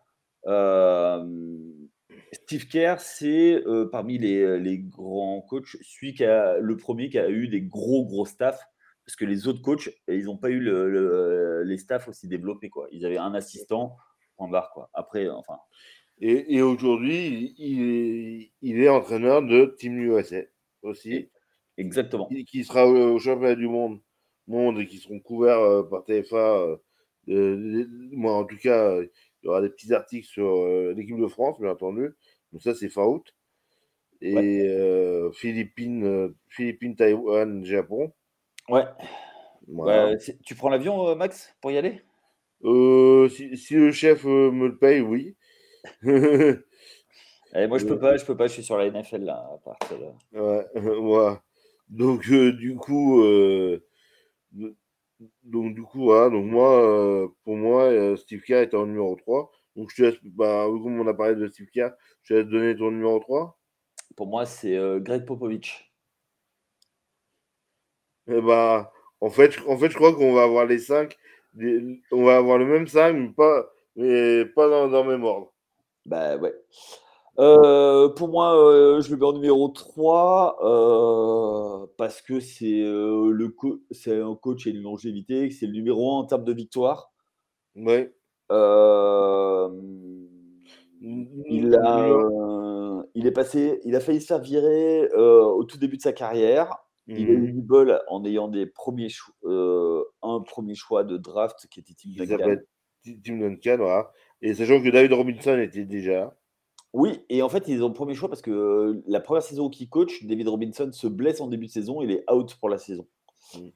Speaker 2: Steve Kerr, c'est, parmi les grands coachs, celui qui a le premier qui a eu des gros staffs, parce que les autres coachs, ils n'ont pas eu les staffs aussi développés, quoi. Ils avaient un assistant, point barre, quoi. Après, enfin,
Speaker 1: Et aujourd'hui, il est entraîneur de Team USA
Speaker 2: e
Speaker 1: aussi,
Speaker 2: exactement.
Speaker 1: qui sera au championnat du monde et qui seront couverts par TFA. Moi, en tout cas, il y aura des petits articles sur l'équipe de France, bien entendu. Donc ça, c'est fin août.
Speaker 2: Ouais,
Speaker 1: Et Philippines, Taïwan, Japon.
Speaker 2: ouais.
Speaker 1: Voilà.
Speaker 2: Bah, tu prends l'avion, Max, pour y aller?
Speaker 1: Si le chef me le paye, oui.
Speaker 2: Eh, moi,
Speaker 1: Euh,
Speaker 2: je peux pas, je suis sur la NFL là, à partir de
Speaker 1: ouais, voilà. Donc, du coup, voilà. Donc, moi, pour moi, Steve Kerr est en numéro 3. Donc, je te laisse, bah, comme on a parlé de Steve Kerr, je te laisse donner ton numéro 3.
Speaker 2: pour moi, c'est, Greg Popovich.
Speaker 1: Et bah, en fait, je crois qu'on va avoir les 5. On va avoir le même 5, mais pas dans le même ordre.
Speaker 2: Bah, ouais. Pour moi, je le mets en numéro 3 parce que c'est un coach et une longévité, c'est le numéro 1 en termes de victoires.
Speaker 1: Ouais.
Speaker 2: Hem,
Speaker 1: Numéro
Speaker 2: il a failli se faire virer, au tout début de sa carrière. Il a eu
Speaker 1: mmh
Speaker 2: du bol en ayant un 1er choix de draft qui était Tim
Speaker 1: qui
Speaker 2: Duncan.
Speaker 1: s'appelle Tim Duncan, voilà, et sachant que David Robinson était déjà là.
Speaker 2: Oui et en fait, ils ont le 1er choix parce que, la première saison qu'il coach, David Robinson se blesse en début de saison, il est out pour la saison.
Speaker 1: Mmh.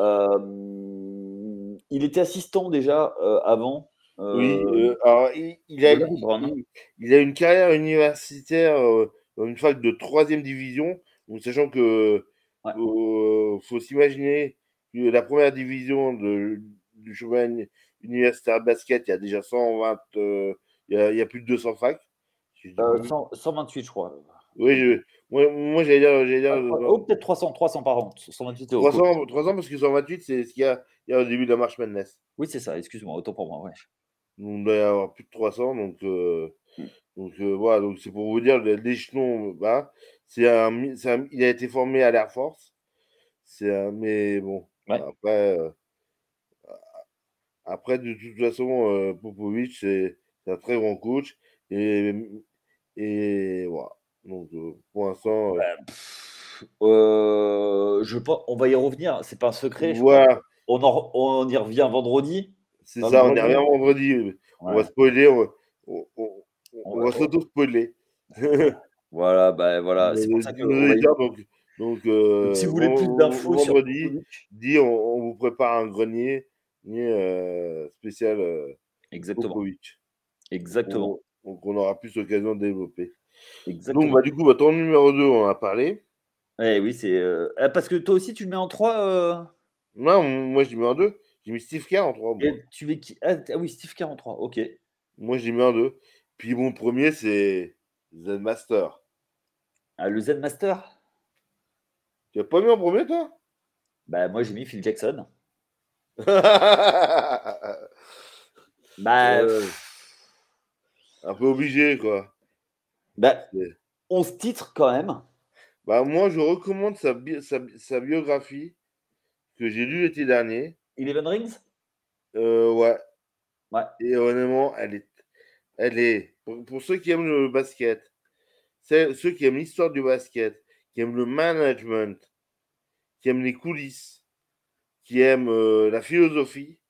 Speaker 2: Il était assistant déjà, avant,
Speaker 1: Oui,
Speaker 2: heu,
Speaker 1: alors
Speaker 2: de Larry Brown.
Speaker 1: il a une carrière universitaire, dans une fac de 3e division, donc sachant que
Speaker 2: Ouais,
Speaker 1: faut s'imaginer que la première division du chemin universitaire de basket, il y a déjà 120, il y a plus de 200 facs, si je dis pas
Speaker 2: 128 je crois,
Speaker 1: oui,
Speaker 2: comme
Speaker 1: moi j'allais dire,
Speaker 2: oh peut-être 300 pardon, 128 au coach.
Speaker 1: 300 parce que 128 c'est ce qu'il y a au début de la March Madness.
Speaker 2: Oui, c'est ça, excuse-moi, autant pour moi, ouais.
Speaker 1: On doit y avoir plus de 300
Speaker 2: Mmh,
Speaker 1: voilà, donc c'est pour vous dire l'échelon bas. Il a été formé à l'Air Force. Mais bon,
Speaker 2: ouais.
Speaker 1: après de toute façon, Popovic, c'est un très grand coach et voilà. Donc pour l'instant,
Speaker 2: Je pen on va y revenir, c'est pas un secret, je pense.
Speaker 1: voilà,
Speaker 2: On y revient vendredi,
Speaker 1: c'est
Speaker 2: lundi
Speaker 1: ça, on y revient
Speaker 2: prochain.
Speaker 1: vendredi, on va
Speaker 2: Ouais,
Speaker 1: spoiler, on va
Speaker 2: on
Speaker 1: s'auto-spoiler.
Speaker 2: voilà, bah, voilà, c'est pour
Speaker 1: Nos
Speaker 2: ça
Speaker 1: nos
Speaker 2: qu'on va y
Speaker 1: auditeurs donc
Speaker 2: donc si vous voulez plus d'infos sur
Speaker 1: vendredi,
Speaker 2: Popovic
Speaker 1: on vous prépare un grenier, spécial,
Speaker 2: exactement,
Speaker 1: Popovic.
Speaker 2: exactement,
Speaker 1: On aura plus l'occasion de développer. Donc
Speaker 2: exactement.
Speaker 1: du coup, ton numéro 2 on en a parlé.
Speaker 2: Eh oui, parce que toi aussi tu le mets en 3
Speaker 1: Non, moi je l'ai mis en 2. J'ai mis Steve Kerr en 3 moi.
Speaker 2: et tu mets qui? Ah oui, Steve Kerr en 3, OK.
Speaker 1: Moi je l'ai mis en 2. Puis mon premier c'est Zen Master.
Speaker 2: Ah, le Zen Master?
Speaker 1: Tu l'as pas mis en premier toi?
Speaker 2: Bah, moi j'ai mis Phil Jackson. Bah,
Speaker 1: Ouais, un peu obligé quoi.
Speaker 2: bah,
Speaker 1: C'est
Speaker 2: 11 titres quand même.
Speaker 1: Bah, moi je recommande sa biographie que j'ai lue l'été dernier.
Speaker 2: 11 Rings?
Speaker 1: Ouais,
Speaker 2: Ouais.
Speaker 1: et honnêtement, elle est pour ceux qui aiment le basket, ceux qui aiment l'histoire du basket, qui aiment le management, qui aiment les coulisses, qui aiment, la philosophie,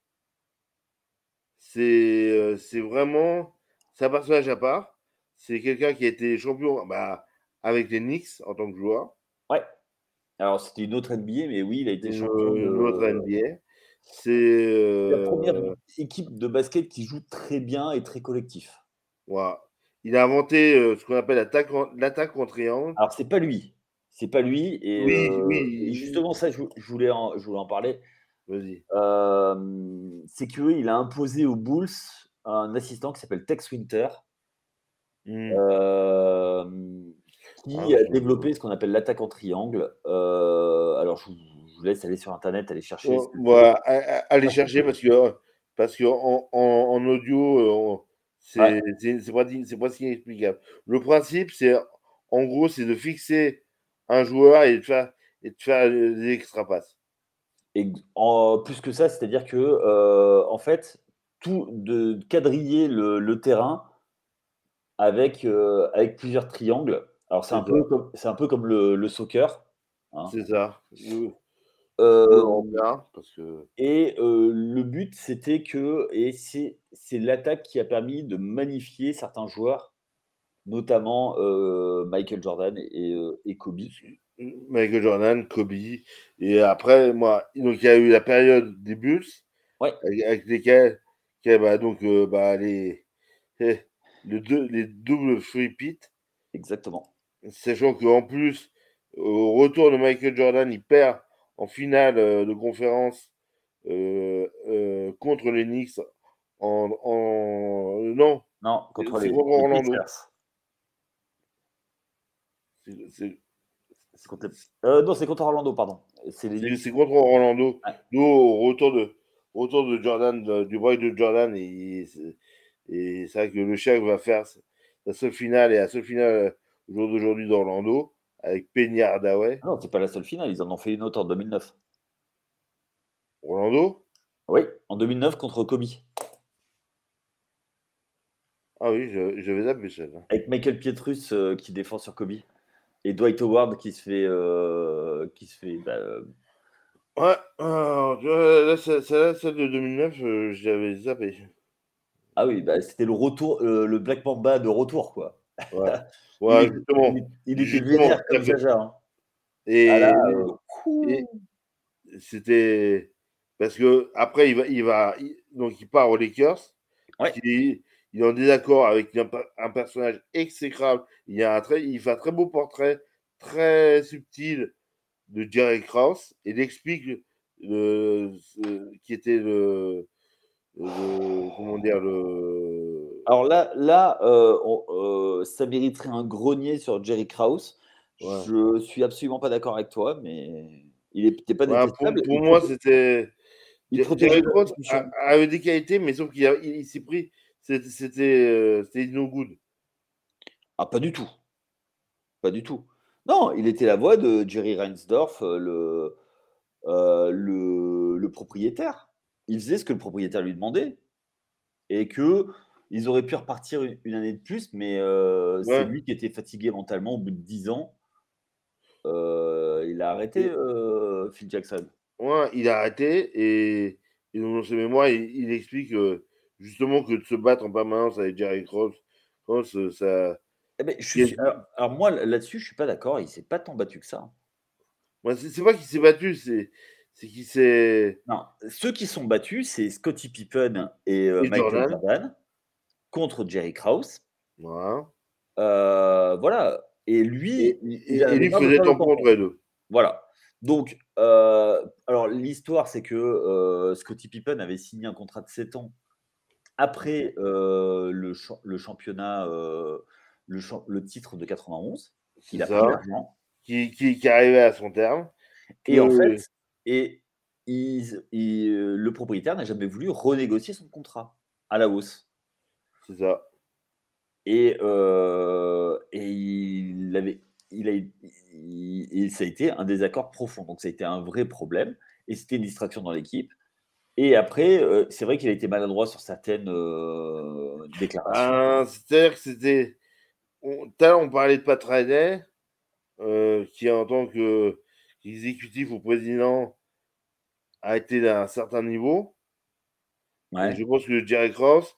Speaker 1: c'est vraiment c'est un personnage à part. C'est quelqu'un qui a été champion, bah, avec les Knicks en tant que joueur,
Speaker 2: Ouais. Alors c'était une autre NBA, mais oui, il a été champion
Speaker 1: une autre
Speaker 2: de
Speaker 1: NBA. C'est,
Speaker 2: c'est la première équipe de basket qui joue très bien et très collectif.
Speaker 1: voilà. Il a inventé, ce qu'on appelle l'attaque en triangle.
Speaker 2: Alors c'est pas lui
Speaker 1: Oui,
Speaker 2: et
Speaker 1: oui,
Speaker 2: justement ça je voulais en parler.
Speaker 1: vas-y.
Speaker 2: C'est qu'il a imposé aux Bulls un assistant qui s'appelle Tex Winter,
Speaker 1: Mmh.
Speaker 2: hem,
Speaker 1: Ah,
Speaker 2: qui a
Speaker 1: je
Speaker 2: développé ce qu'on appelle l'attaque en triangle. Alors je vous laisse aller sur internet, aller chercher ce que c'est.
Speaker 1: voilà, allez chercher parce qu'en audio,
Speaker 2: Ouais,
Speaker 1: c'est presque inexplicable. Le principe, en gros, c'est de fixer un joueur et de faire des extra passes.
Speaker 2: et en plus que ça, c'est-à-dire que, en fait, tout de quadriller le terrain avec plusieurs triangles. Alors
Speaker 1: C'est ça,
Speaker 2: c'est un peu comme le soccer, hein.
Speaker 1: c'est ça. Le football
Speaker 2: Hem
Speaker 1: européen parce que
Speaker 2: Et le but, c'était que et c'est l'attaque qui a permis de magnifier certains joueurs, notamment, Michael Jordan et Kobe.
Speaker 1: Michael Jordan, Kobe et après moi donc il y a eu la période des Bulls
Speaker 2: Ouais,
Speaker 1: avec lesquels bah, donc bah, eh, les doubles free-peat,
Speaker 2: exactement.
Speaker 1: sachant qu'en plus, au retour de Michael Jordan, il perd en finale, de conférence, contre les Knicks non,
Speaker 2: Non, contre
Speaker 1: c'est
Speaker 2: les
Speaker 1: contre
Speaker 2: les
Speaker 1: Orlando.
Speaker 2: Pacers.
Speaker 1: C'est
Speaker 2: C'est contre non, c'est contre Orlando, pardon. C'est les
Speaker 1: c'est
Speaker 2: Knicks.
Speaker 1: contre Orlando.
Speaker 2: Ouais,
Speaker 1: Nous, au retour de Jordan, du break de Jordan et c'est vrai que le Shaq va faire la seule finale et la seule finale au jour d'aujourd'hui d'Orlando avec Penny Hardaway.
Speaker 2: Ah non, c'est pas la seule finale, ils en ont fait une autre en 2009.
Speaker 1: Orlando?
Speaker 2: Oui, en 2009 contre Kobe,
Speaker 1: Ah oui, j'avais zappé celle-là.
Speaker 2: avec Michael Pietrus qui défend sur Kobe et Dwight Howard qui se fait
Speaker 1: Ouais, alors, tu vois, là, celle-là, celle de 2009, je l'avais zappé.
Speaker 2: ah oui, bah, c'était le retour, le Black Mamba de retour, quoi.
Speaker 1: Ouais, ouais, justement,
Speaker 2: Il était
Speaker 1: justement,
Speaker 2: vénère comme Jaja, hein. Ah là,
Speaker 1: et, et
Speaker 2: couh.
Speaker 1: c'était parce que après donc il part aux Lakers, parce
Speaker 2: Ouais,
Speaker 1: qu'il est en désaccord avec un personnage exécrable. Il fait un très beau portrait, très subtil de Jerry Krause, et il explique qui était comment dire,
Speaker 2: alors ça mériterait un grognet sur Jerry Krause.
Speaker 1: ouais.
Speaker 2: Je suis absolument pas d'accord avec toi, mais il était pas
Speaker 1: Ouais,
Speaker 2: détestable.
Speaker 1: pour moi, c'était
Speaker 2: Il protégeait
Speaker 1: Jerry
Speaker 2: la
Speaker 1: Krause
Speaker 2: discussion.
Speaker 1: avait des qualités, mais sauf il s'est pris, c'était no good.
Speaker 2: Ah, pas du tout, pas du tout. Non, il était la voix de Jerry Reinsdorf, le propriétaire. Il faisait ce que le propriétaire lui demandait et qu'ils auraient pu repartir une année de plus, mais c'est
Speaker 1: Ouais.
Speaker 2: lui qui était fatigué mentalement au bout de 10 ans. Il a arrêté,
Speaker 1: Et
Speaker 2: Phil Jackson.
Speaker 1: ouais, il a arrêté, et dans ses mémoires, il explique, justement, que de se battre en permanence avec Jerry Krause, ça
Speaker 2: Eh beh,
Speaker 1: quasi
Speaker 2: alors moi là-dessus, je suis pas d'accord, il s'est pas tant battu que ça, hein.
Speaker 1: moi, c'est pas qu'il s'est battu, c'est qu'il s'est
Speaker 2: Non, ceux qui sont battus, c'est Scottie Pippen et
Speaker 1: et
Speaker 2: Michael
Speaker 1: Jordan,
Speaker 2: Jordan contre Jerry Krause.
Speaker 1: voilà,
Speaker 2: Voilà et lui, il en
Speaker 1: et
Speaker 2: avait
Speaker 1: lui
Speaker 2: marre de
Speaker 1: faisait
Speaker 2: faire le
Speaker 1: tampon entre
Speaker 2: tampon.
Speaker 1: les 2.
Speaker 2: Voilà. Donc alors l'histoire, c'est que, Scottie Pippen avait signé un contrat de 7 ans après, le championnat, le titre de 91.
Speaker 1: C'est
Speaker 2: Il a pris
Speaker 1: ça,
Speaker 2: l'argent
Speaker 1: qui arrivait à son terme,
Speaker 2: et en
Speaker 1: que
Speaker 2: fait et le propriétaire n'a jamais voulu renégocier son contrat à la hausse
Speaker 1: c'est ça.
Speaker 2: et il a et ça a été un désaccord profond. Donc ça a été un vrai problème et c'était une distraction dans l'équipe et après, c'est vrai qu'il a été maladroit sur certaines, déclarations.
Speaker 1: C'est-à-dire que tout à l'heure, on parlait de Pat Riley, qui en tant qu'exécutif ou président a été d'un certain niveau, et
Speaker 2: Ouais.
Speaker 1: je pense que Jerry Krause,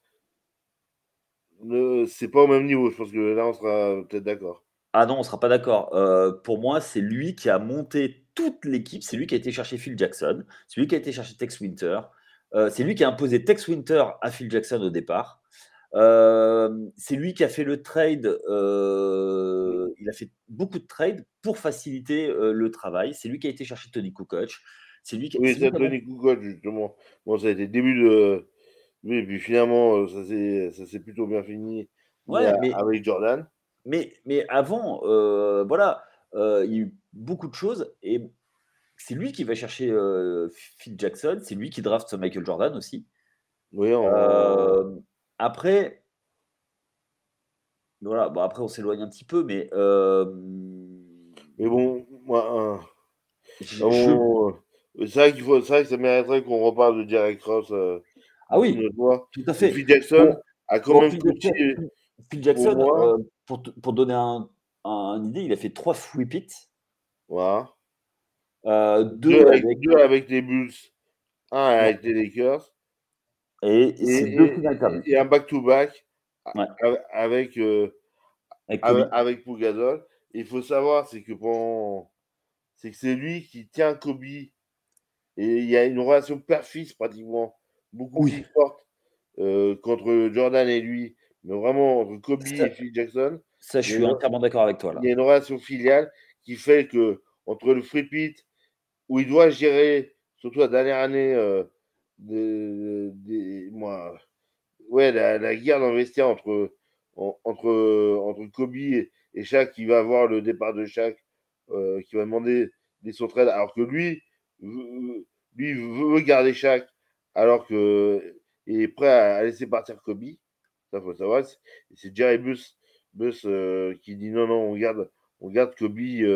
Speaker 1: c'est pas au même niveau. Je pense que là, on sera peut-être d'accord.
Speaker 2: Ah non, on sera pas d'accord. Pour moi, c'est lui qui a monté toute l'équipe. C'est lui qui a été chercher Phil Jackson. C'est lui qui a été chercher Tex Winter. C'est lui qui a imposé Tex Winter à Phil Jackson au départ. C'est lui qui a fait le trade. Il a fait beaucoup de trades pour faciliter le travail. C'est lui qui a été chercher Tony Kukoc.
Speaker 1: Oui,
Speaker 2: C'est lui
Speaker 1: ça,
Speaker 2: qui a monté.
Speaker 1: Tony Kukoc, justement. Bon, ça a été le début de. Oui, et puis finalement, ça s'est plutôt bien fini
Speaker 2: Ouais,
Speaker 1: avec Jordan.
Speaker 2: mais avant, voilà, il y a eu beaucoup de choses et c'est lui qui va chercher, Phil Jackson, c'est lui qui draft Michael Jordan aussi.
Speaker 1: Oui,
Speaker 2: Après, voilà, bon après on s'éloigne un petit peu, mais
Speaker 1: mais bon, moi,
Speaker 2: je
Speaker 1: c'est vrai que ça mériterait qu'on reparle de Jerry Krause,
Speaker 2: ah
Speaker 1: une
Speaker 2: oui,
Speaker 1: autre fois.
Speaker 2: tout à
Speaker 1: Mais
Speaker 2: fait.
Speaker 1: Phil Jackson
Speaker 2: Bon
Speaker 1: a quand
Speaker 2: bon
Speaker 1: même coaché,
Speaker 2: Phil
Speaker 1: pour
Speaker 2: Jackson,
Speaker 1: moi,
Speaker 2: pour donner une idée, il a fait 3 repeats,
Speaker 1: voilà,
Speaker 2: 2 avec
Speaker 1: deux avec les Bulls, un
Speaker 2: ouais
Speaker 1: avec les Lakers,
Speaker 2: et
Speaker 1: et,
Speaker 2: c'est 2 finales perdues.
Speaker 1: un back-to-back
Speaker 2: Ouais,
Speaker 1: avec,
Speaker 2: avec Kobe.
Speaker 1: avec Pau Gasol. Il faut savoir, c'est que c'est lui qui tient Kobe, et il y a une relation père-fils pratiquement beaucoup
Speaker 2: Oui,
Speaker 1: plus forte qu'entre Jordan et lui, mais vraiment entre Kobe
Speaker 2: ça
Speaker 1: et Phil Jackson.
Speaker 2: ça je
Speaker 1: Il y a
Speaker 2: suis
Speaker 1: une,
Speaker 2: entièrement d'accord avec toi
Speaker 1: il y a
Speaker 2: là.
Speaker 1: une relation filiale qui fait que entre le free pit, où il doit gérer, surtout la dernière année, moi, ouais, la guerre dans le vestiaire entre Kobe et Shaq, qui va voir le départ de Shaq, qui va demander son trade, alors que veut- lui veut garder Shaq, alors que il est prêt à laisser partir Kobe. Ça, faut savoir. C'est Jerry Buss Buss qui dit non, non, on garde Kobe.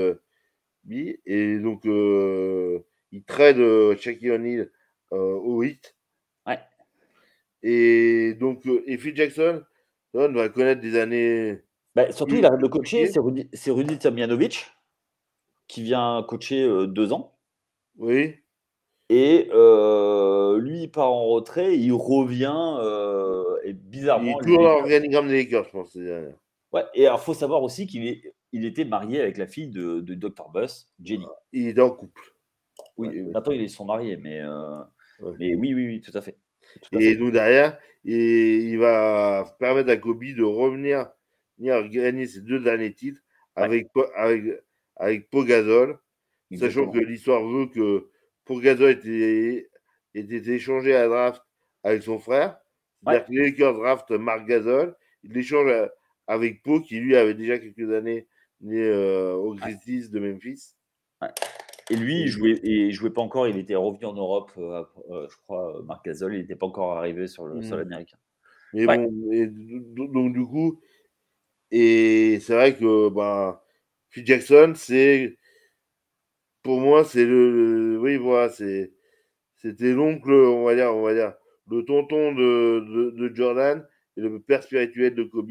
Speaker 1: Et donc, il trade Shaquille O'Neal au Heat.
Speaker 2: Ouais.
Speaker 1: Et donc, et Phil Jackson, on va connaître des années
Speaker 2: Bah, surtout, il
Speaker 1: plus,
Speaker 2: arrête
Speaker 1: plus
Speaker 2: de coacher.
Speaker 1: compliquées.
Speaker 2: C'est Rudy Tomjanovic qui vient coacher 2 ans.
Speaker 1: Oui.
Speaker 2: Et lui, il part en retrait. Il revient. Et
Speaker 1: Il
Speaker 2: bizarrement,
Speaker 1: est
Speaker 2: les
Speaker 1: toujours dans
Speaker 2: Lakers.
Speaker 1: l'organigramme des Lakers, je pense. Ces dernières.
Speaker 2: Ouais. Et alors, faut savoir aussi il était marié avec la fille de Dr. Buss, Jenny.
Speaker 1: Il est en couple.
Speaker 2: Oui,
Speaker 1: Ouais, ouais,
Speaker 2: maintenant ils sont mariés, mais,
Speaker 1: ouais.
Speaker 2: mais oui, oui, oui, tout à fait. Tout à
Speaker 1: Et
Speaker 2: fait.
Speaker 1: donc derrière, il va permettre à Kobe de venir gagner ses 2 derniers titres
Speaker 2: Ouais,
Speaker 1: avec, avec Pau Gasol, sachant que
Speaker 2: exactement.
Speaker 1: l'histoire veut que Pau Gasol était échangé à la draft avec son frère.
Speaker 2: Ouais,
Speaker 1: C'est-à-dire que les Lakers draftent Marc Gasol, ils l'échangent avec Pau, qui lui avait déjà quelques années né aux
Speaker 2: ouais,
Speaker 1: Grizzlies de Memphis.
Speaker 2: ouais. Et lui, il jouait pas encore, il était revenu en Europe, je crois, Marc Gasol, il était pas encore arrivé sur le sol
Speaker 1: Mm.
Speaker 2: américain.
Speaker 1: Mais
Speaker 2: Ouais,
Speaker 1: bon, donc du coup, et c'est vrai que bah, Phil Jackson, c'est pour moi, c'est oui, voilà, c'était l'oncle, on va dire, le tonton de Jordan et le père spirituel de Kobe.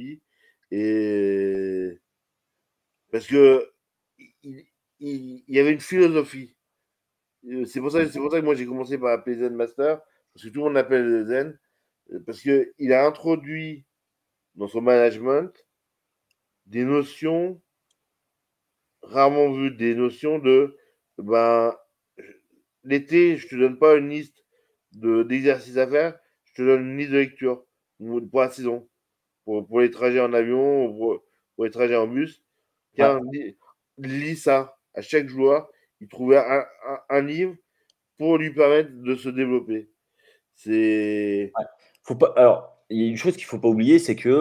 Speaker 1: Et parce que il y avait une philosophie. C'est pour ça que moi j'ai commencé par appeler Zen Master, parce que tout le monde l'appelle Zen, parce que il a introduit dans son management des notions rarement vues, des notions de ben l'été, je te donne pas une liste d'exercices à faire, je te donne une liste de lecture pour la saison, pour les trajets en avion, pour les trajets en bus.
Speaker 2: ouais,
Speaker 1: Tiens, lis ça. À chaque joueur, il trouvait un livre pour lui permettre de se développer. C'est.
Speaker 2: ouais. Faut pas alors, il y a une chose qu'il faut pas oublier, c'est que,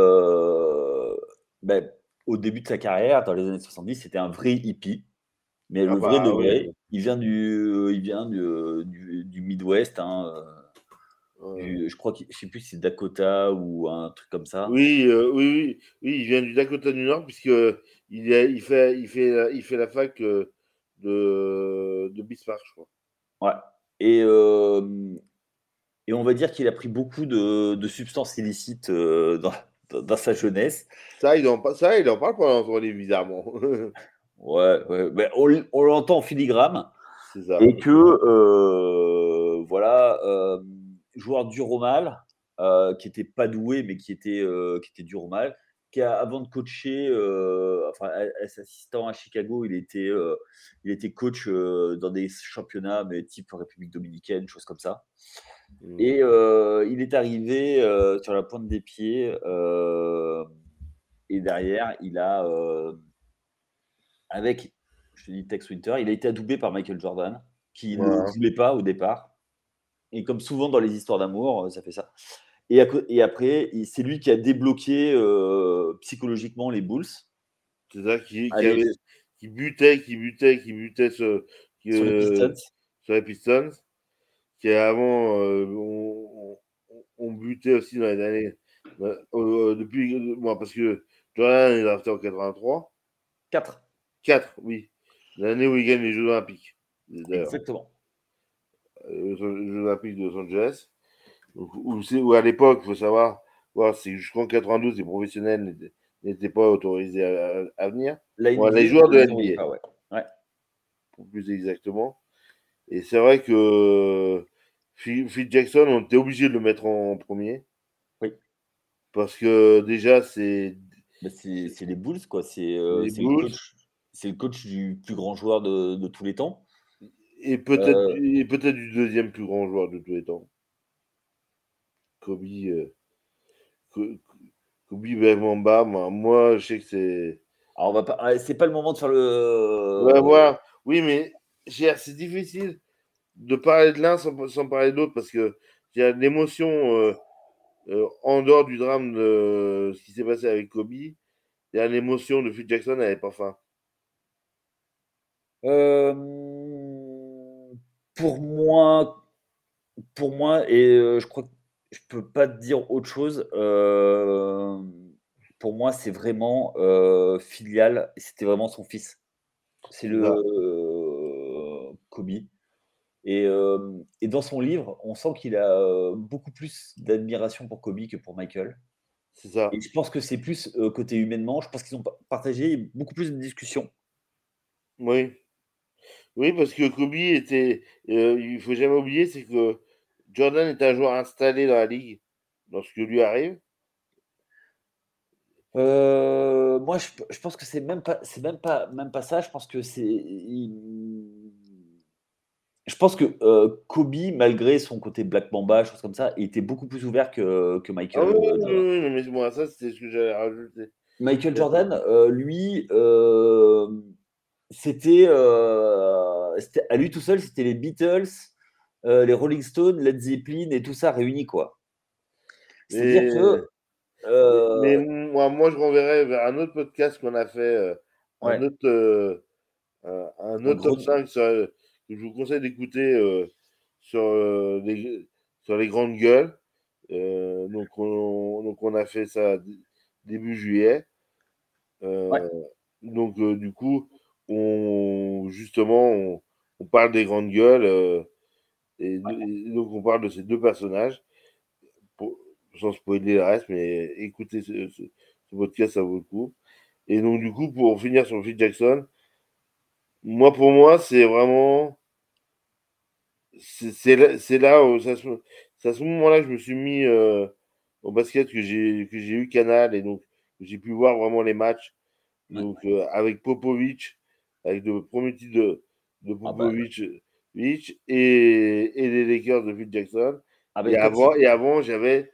Speaker 2: beh, au début de sa carrière, dans les années 70, c'était un vrai hippie, mais
Speaker 1: Ah
Speaker 2: le vrai de
Speaker 1: bah
Speaker 2: vrai.
Speaker 1: oui.
Speaker 2: Il vient du Midwest, hein,
Speaker 1: euh,
Speaker 2: je crois je sais plus si c'est Dakota ou un truc comme ça.
Speaker 1: oui, oui, il vient du Dakota du Nord, puisque il fait la fac de Bismarck, je crois.
Speaker 2: Ouais. Et hem Et on va dire qu'il a pris beaucoup de substances illicites, dans sa jeunesse.
Speaker 1: Ça, il en parle pas dans son livre, bizarrement.
Speaker 2: Ouais, ouais, beh, on l'entend en filigrane
Speaker 1: C'est ça.
Speaker 2: et que, voilà, joueur dur au mal, qui était pas doué, mais qui était dur au mal, avant de coacher, enfin, assistant à Chicago, il était coach, dans des championnats, mais type République dominicaine, choses comme ça.
Speaker 1: Mm.
Speaker 2: Et il est arrivé, sur la pointe des pieds, et derrière, avec, je te dis Tex Winter, il a été adoubé par Michael Jordan, qui le
Speaker 1: Voilà.
Speaker 2: voulait pas au départ. Et comme souvent dans les histoires d'amour, ça fait ça. Et après, c'est lui qui a débloqué, psychologiquement les Bulls.
Speaker 1: C'est ça
Speaker 2: Allez,
Speaker 1: qui butait
Speaker 2: sur les
Speaker 1: euh,
Speaker 2: Pistons.
Speaker 1: sur les Pistons, qui avant, on butait aussi dans les années. Depuis, moi, parce que Jordan est drafté en 83.
Speaker 2: 4,
Speaker 1: 4, oui. L'année où il gagne les Jeux Olympiques, d'ailleurs.
Speaker 2: exactement.
Speaker 1: Les Jeux Olympiques de Los Angeles. Donc, où à l'époque, il faut savoir, voilà, c'est jusqu'en 92, les professionnels n'étaient pas autorisés à venir.
Speaker 2: La
Speaker 1: Bon, les
Speaker 2: NBA
Speaker 1: joueurs
Speaker 2: ne
Speaker 1: de
Speaker 2: les envoyait
Speaker 1: NBA,
Speaker 2: pas, ouais. Ouais,
Speaker 1: pour plus exactement. Et c'est vrai que Phil Jackson, on était obligé de le mettre en premier.
Speaker 2: oui.
Speaker 1: Parce que déjà, c'est
Speaker 2: Bah, c'est les Bulls, quoi. C'est,
Speaker 1: les
Speaker 2: c'est le
Speaker 1: Bulls.
Speaker 2: coach du plus grand joueur de tous les temps.
Speaker 1: Et
Speaker 2: Heu,
Speaker 1: peut-être du deuxième plus grand joueur de tous les temps. Kobe, Kobe Bemba, moi, je sais que c'est.
Speaker 2: alors on va pas c'est pas le moment de faire
Speaker 1: Ouais,
Speaker 2: le
Speaker 1: voilà. Oui, mais c'est difficile de parler de l'un sans parler de l'autre parce que il y a l'émotion en dehors du drame de ce qui s'est passé avec Kobe. Il y a l'émotion de Phil Jackson, elle n'est pas fin.
Speaker 2: hem, pour moi pour moi et je crois que je peux pas te dire autre chose, pour moi, c'est vraiment, filial, c'était vraiment son fils. C'est
Speaker 1: C'est ça,
Speaker 2: Kobe et dans son livre, on sent qu'il a, beaucoup plus d'admiration pour Kobe que pour Michael
Speaker 1: c'est
Speaker 2: et
Speaker 1: ça.
Speaker 2: je pense que c'est plus, côté humainement, je pense qu'ils ont partagé beaucoup plus de discussions.
Speaker 1: Oui. Oui, parce que Kobe était, il faut jamais oublier, c'est que Jordan est un joueur installé dans la ligue lorsque lui arrive.
Speaker 2: Moi, je pense que c'est même pas ça, je pense que je pense que, Kobe, malgré son côté Black Mamba, choses comme ça, il était beaucoup plus ouvert que
Speaker 1: Ah
Speaker 2: Michael,
Speaker 1: oui, oui, oui,
Speaker 2: Jordan.
Speaker 1: oui, non, mais moi, ça, c'était ce que j'allais rajouter.
Speaker 2: Michael
Speaker 1: Tout à fait.
Speaker 2: Jordan, lui, c'était à lui tout seul, c'était les Beatles, les Rolling Stones, Led Zeppelin et tout ça réuni, quoi. C'est-à-dire
Speaker 1: Mais,
Speaker 2: que,
Speaker 1: mais moi, je renverrai vers un autre podcast qu'on a fait, un
Speaker 2: ouais,
Speaker 1: autre, un
Speaker 2: un
Speaker 1: autre top
Speaker 2: gros
Speaker 1: 5 que je vous conseille d'écouter sur, sur les grandes gueules. Donc on a fait ça début juillet.
Speaker 2: ouais,
Speaker 1: Euh, du coup, justement, on parle des grandes gueules et donc on parle de ces deux personnages pour- sans spoiler le reste, mais écoutez ce podcast, ça vaut le coup. Et donc du coup, pour finir sur Phil Jackson, pour moi, c'est vraiment c'est là où c'est à ce moment-là que je me suis mis au basket que j'ai eu Canal et donc que j'ai pu voir vraiment les matchs.
Speaker 2: ouais.
Speaker 1: Donc avec Popovic, avec le premier titre de
Speaker 2: Ah bah,
Speaker 1: Popovic et les Lakers de Phil Jackson.
Speaker 2: ah bah, comme c'est
Speaker 1: Et avant j'avais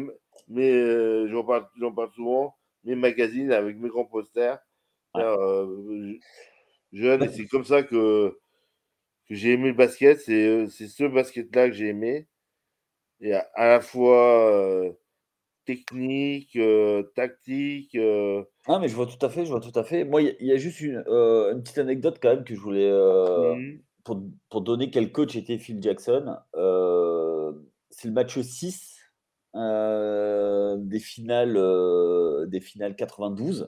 Speaker 1: j'en parle souvent, mes magazines avec mes grands posters.
Speaker 2: ouais.
Speaker 1: C'est-à-dire, jeune et
Speaker 2: Bah,
Speaker 1: c'est comme ça que j'ai aimé le basket. C'est ce basket-là que j'ai aimé. Et à la fois technique, tactique.
Speaker 2: ah mais je vois tout à fait, je vois tout à fait. Moi, il y a juste une petite anecdote quand même que je voulais,
Speaker 1: Mhm.
Speaker 2: pour donner quel coach était Phil Jackson. C'est le match 6 des finales 92.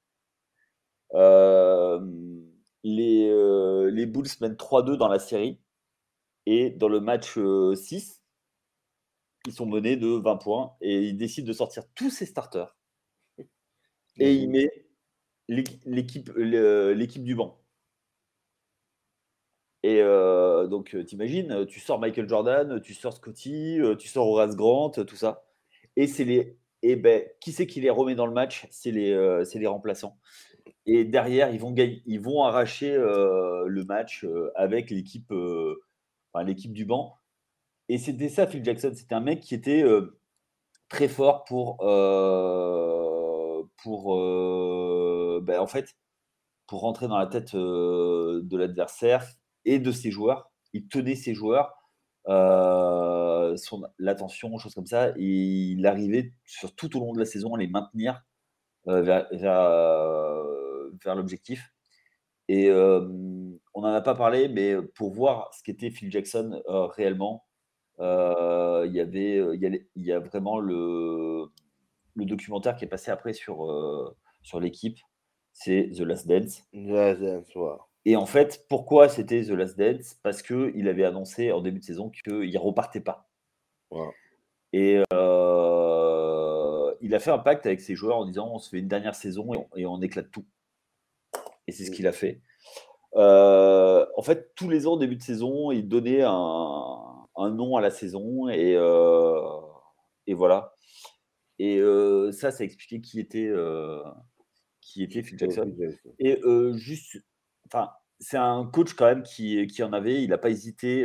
Speaker 2: Les Bulls mènent 3-2 dans la série et dans le match 6, ils sont menés de 20 points et il décide de sortir tous ses starters et il
Speaker 1: Mhm.
Speaker 2: met l'équipe du banc. Et donc, tu tu sors Michael Jordan, tu sors Scottie, tu sors Horace Grant, tout ça. Et c'est les et ben, qui c'est qui les remet dans le match? C'est les remplaçants. Et derrière, ils vont arracher, le match, avec l'équipe du banc. Et c'était ça Phil Jackson, c'était un mec qui était, très fort en fait, pour rentrer dans la tête de l'adversaire et de ses joueurs. Il tenait ses joueurs, l'attention, choses comme ça. Et il arrivait tout au long de la saison à les maintenir vers l'objectif. Et on n'en a pas parlé, mais pour voir ce qu'était Phil Jackson réellement, il y a vraiment le documentaire qui est passé après sur l'équipe, c'est The Last Dance.
Speaker 1: Ouais, c'est un soir.
Speaker 2: Et en fait, pourquoi c'était The Last Dance? Parce qu'il avait annoncé en début de saison qu'il ne repartait pas.
Speaker 1: Voilà.
Speaker 2: Et il a fait un pacte avec ses joueurs en disant on se fait une dernière saison et on éclate tout. Et c'est ce qu'il a fait. En fait, tous les ans, début de saison, il donnait un nom à la saison et voilà. Et ça expliquait qui était Phil Jackson. Et juste, enfin, c'est un coach quand même qui en avait. Il n'a pas hésité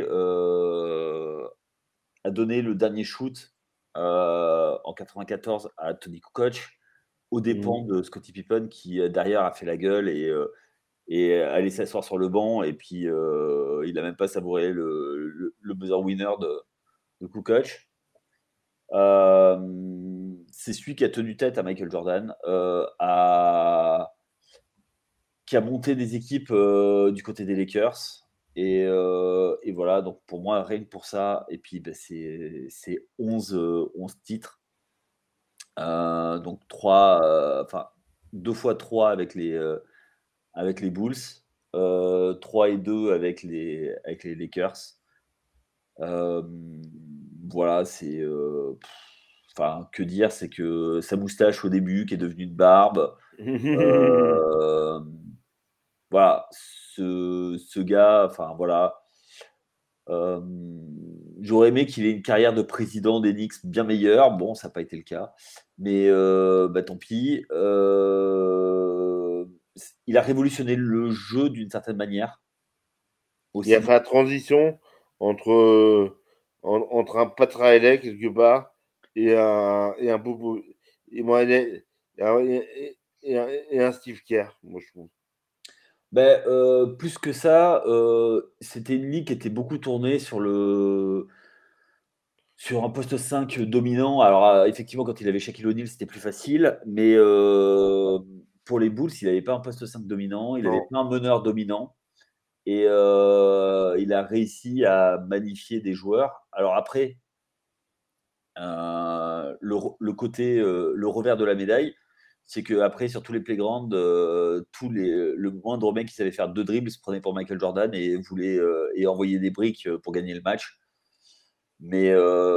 Speaker 2: à donner le dernier shoot en 94 à Tony Kukoc, aux dépens
Speaker 1: Mhm.
Speaker 2: de Scottie Pippen qui derrière a fait la gueule et allait s'asseoir sur le banc. Et puis il n'a même pas savouré le buzzer winner de Kukoc. C'est celui qui a tenu tête à Michael Jordan, qui a monté des équipes du côté des Lakers. Et voilà, donc pour moi, rien que pour ça, et puis c'est 11 titres. Donc 3, enfin 2 fois 3 avec les Bulls, 3 et 2 avec les Lakers. Hem, voilà, enfin, que dire? C'est que sa moustache au début qui est devenue de barbe, hem, voilà, ce gars, enfin voilà, j'aurais aimé qu'il ait une carrière de président des Knicks bien meilleure. Bon, ça n'a pas été le cas, mais bah, tant pis. Il a révolutionné le jeu d'une certaine manière
Speaker 1: Il a
Speaker 2: aussi.
Speaker 1: fait la transition entre un Pat Riley, quelque part, et un Bobo. Et, moi, et un Steve Kerr, moi, je trouve.
Speaker 2: Ben plus que ça, c'était une ligue qui était beaucoup tournée sur un poste 5 dominant. Alors, effectivement, quand il avait Shaquille O'Neal, c'était plus facile, mais pour les Bulls, il n'avait pas un poste 5 dominant, il n'avait
Speaker 1: Non.
Speaker 2: pas un meneur dominant et il a réussi à magnifier des joueurs. Alors après, le revers de la médaille, c'est qu'après, sur tous les playgrounds, le moindre mec qui savait faire 2 dribbles se prenait pour Michael Jordan et voulait et envoyait des briques pour gagner le match. Mais,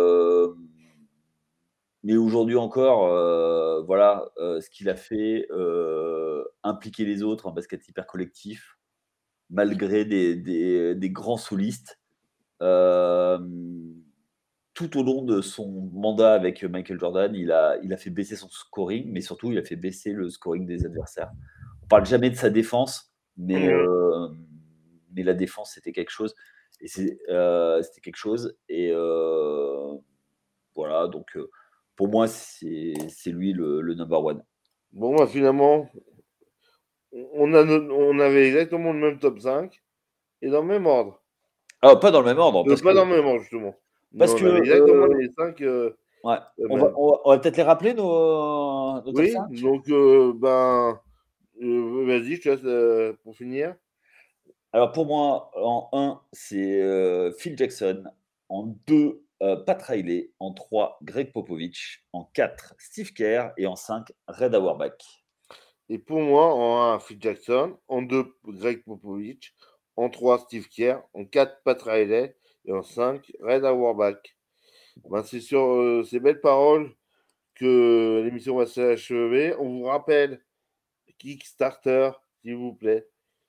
Speaker 2: mais aujourd'hui encore, voilà, ce qu'il a fait, impliquer les autres en basket hyper collectif, malgré des grands solistes. Hem, Tout au long de son mandat avec Michael Jordan, il a fait baisser son scoring, mais surtout, il a fait baisser le scoring des adversaires. On parle jamais de sa défense,
Speaker 1: Mhm.
Speaker 2: mais la défense, c'était quelque chose. Et c'était quelque chose. Et voilà, donc pour moi, c'est lui le number one.
Speaker 1: Bon, bah, finalement, on avait exactement le même top 5 et dans le même ordre.
Speaker 2: Ah, pas dans le même ordre,
Speaker 1: Pas dans le même ordre, justement. Mais
Speaker 2: parce
Speaker 1: on
Speaker 2: que
Speaker 1: avait exactement les 5
Speaker 2: ouais,
Speaker 1: mêmes.
Speaker 2: on va peut-être les rappeler, nos top
Speaker 1: Oui,
Speaker 2: 5.
Speaker 1: donc, ben, vas-y, je te laisse pour finir.
Speaker 2: Alors pour moi, en un, c'est Phil Jackson. En 2, Pat Riley. En 3, Greg Popovich. En 4, Steve Kerr. Et en 5, Red Auerbach.
Speaker 1: Et pour moi, en 1, Phil Jackson. En 2, Greg Popovich. En 3, Steve Kerr. En 4, Pat Riley. Et en 5, Red Auerbach. Ben, c'est sur ces belles paroles que l'émission va s'achever. On vous rappelle Kickstarter, s'il vous plaît.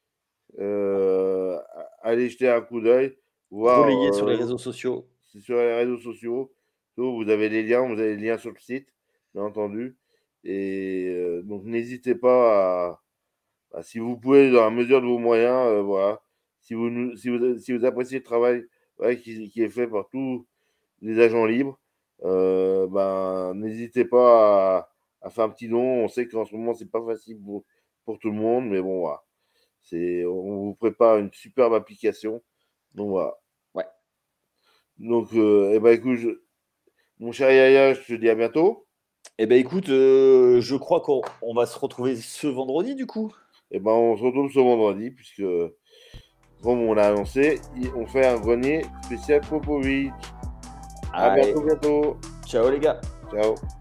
Speaker 1: Allez jeter un coup d'œil, voir
Speaker 2: Relayé sur les réseaux sociaux.
Speaker 1: sur les réseaux sociaux. Vous avez les liens, vous avez les liens sur le site, bien entendu. Et donc n'hésitez pas si vous pouvez, dans la mesure de vos moyens, voilà. Si vous appréciez le travail, ouais, qui est fait par tous les agents libres, ben, n'hésitez pas à faire un petit don. On sait qu'en ce moment, c'est pas facile pour tout le monde, mais bon, voilà. On vous prépare une superbe application. Donc voilà.
Speaker 2: Ouais.
Speaker 1: Donc, eh ben, écoute, mon cher Yaya, je te dis à bientôt.
Speaker 2: Eh ben écoute, je crois qu'on va se retrouver ce vendredi du coup.
Speaker 1: Eh ben, on se retrouve ce vendredi, puisque, comme on l'a annoncé, on fait un grenier spécial Popovic. À
Speaker 2: Allez,
Speaker 1: bientôt, bientôt.
Speaker 2: ciao les gars.
Speaker 1: Ciao.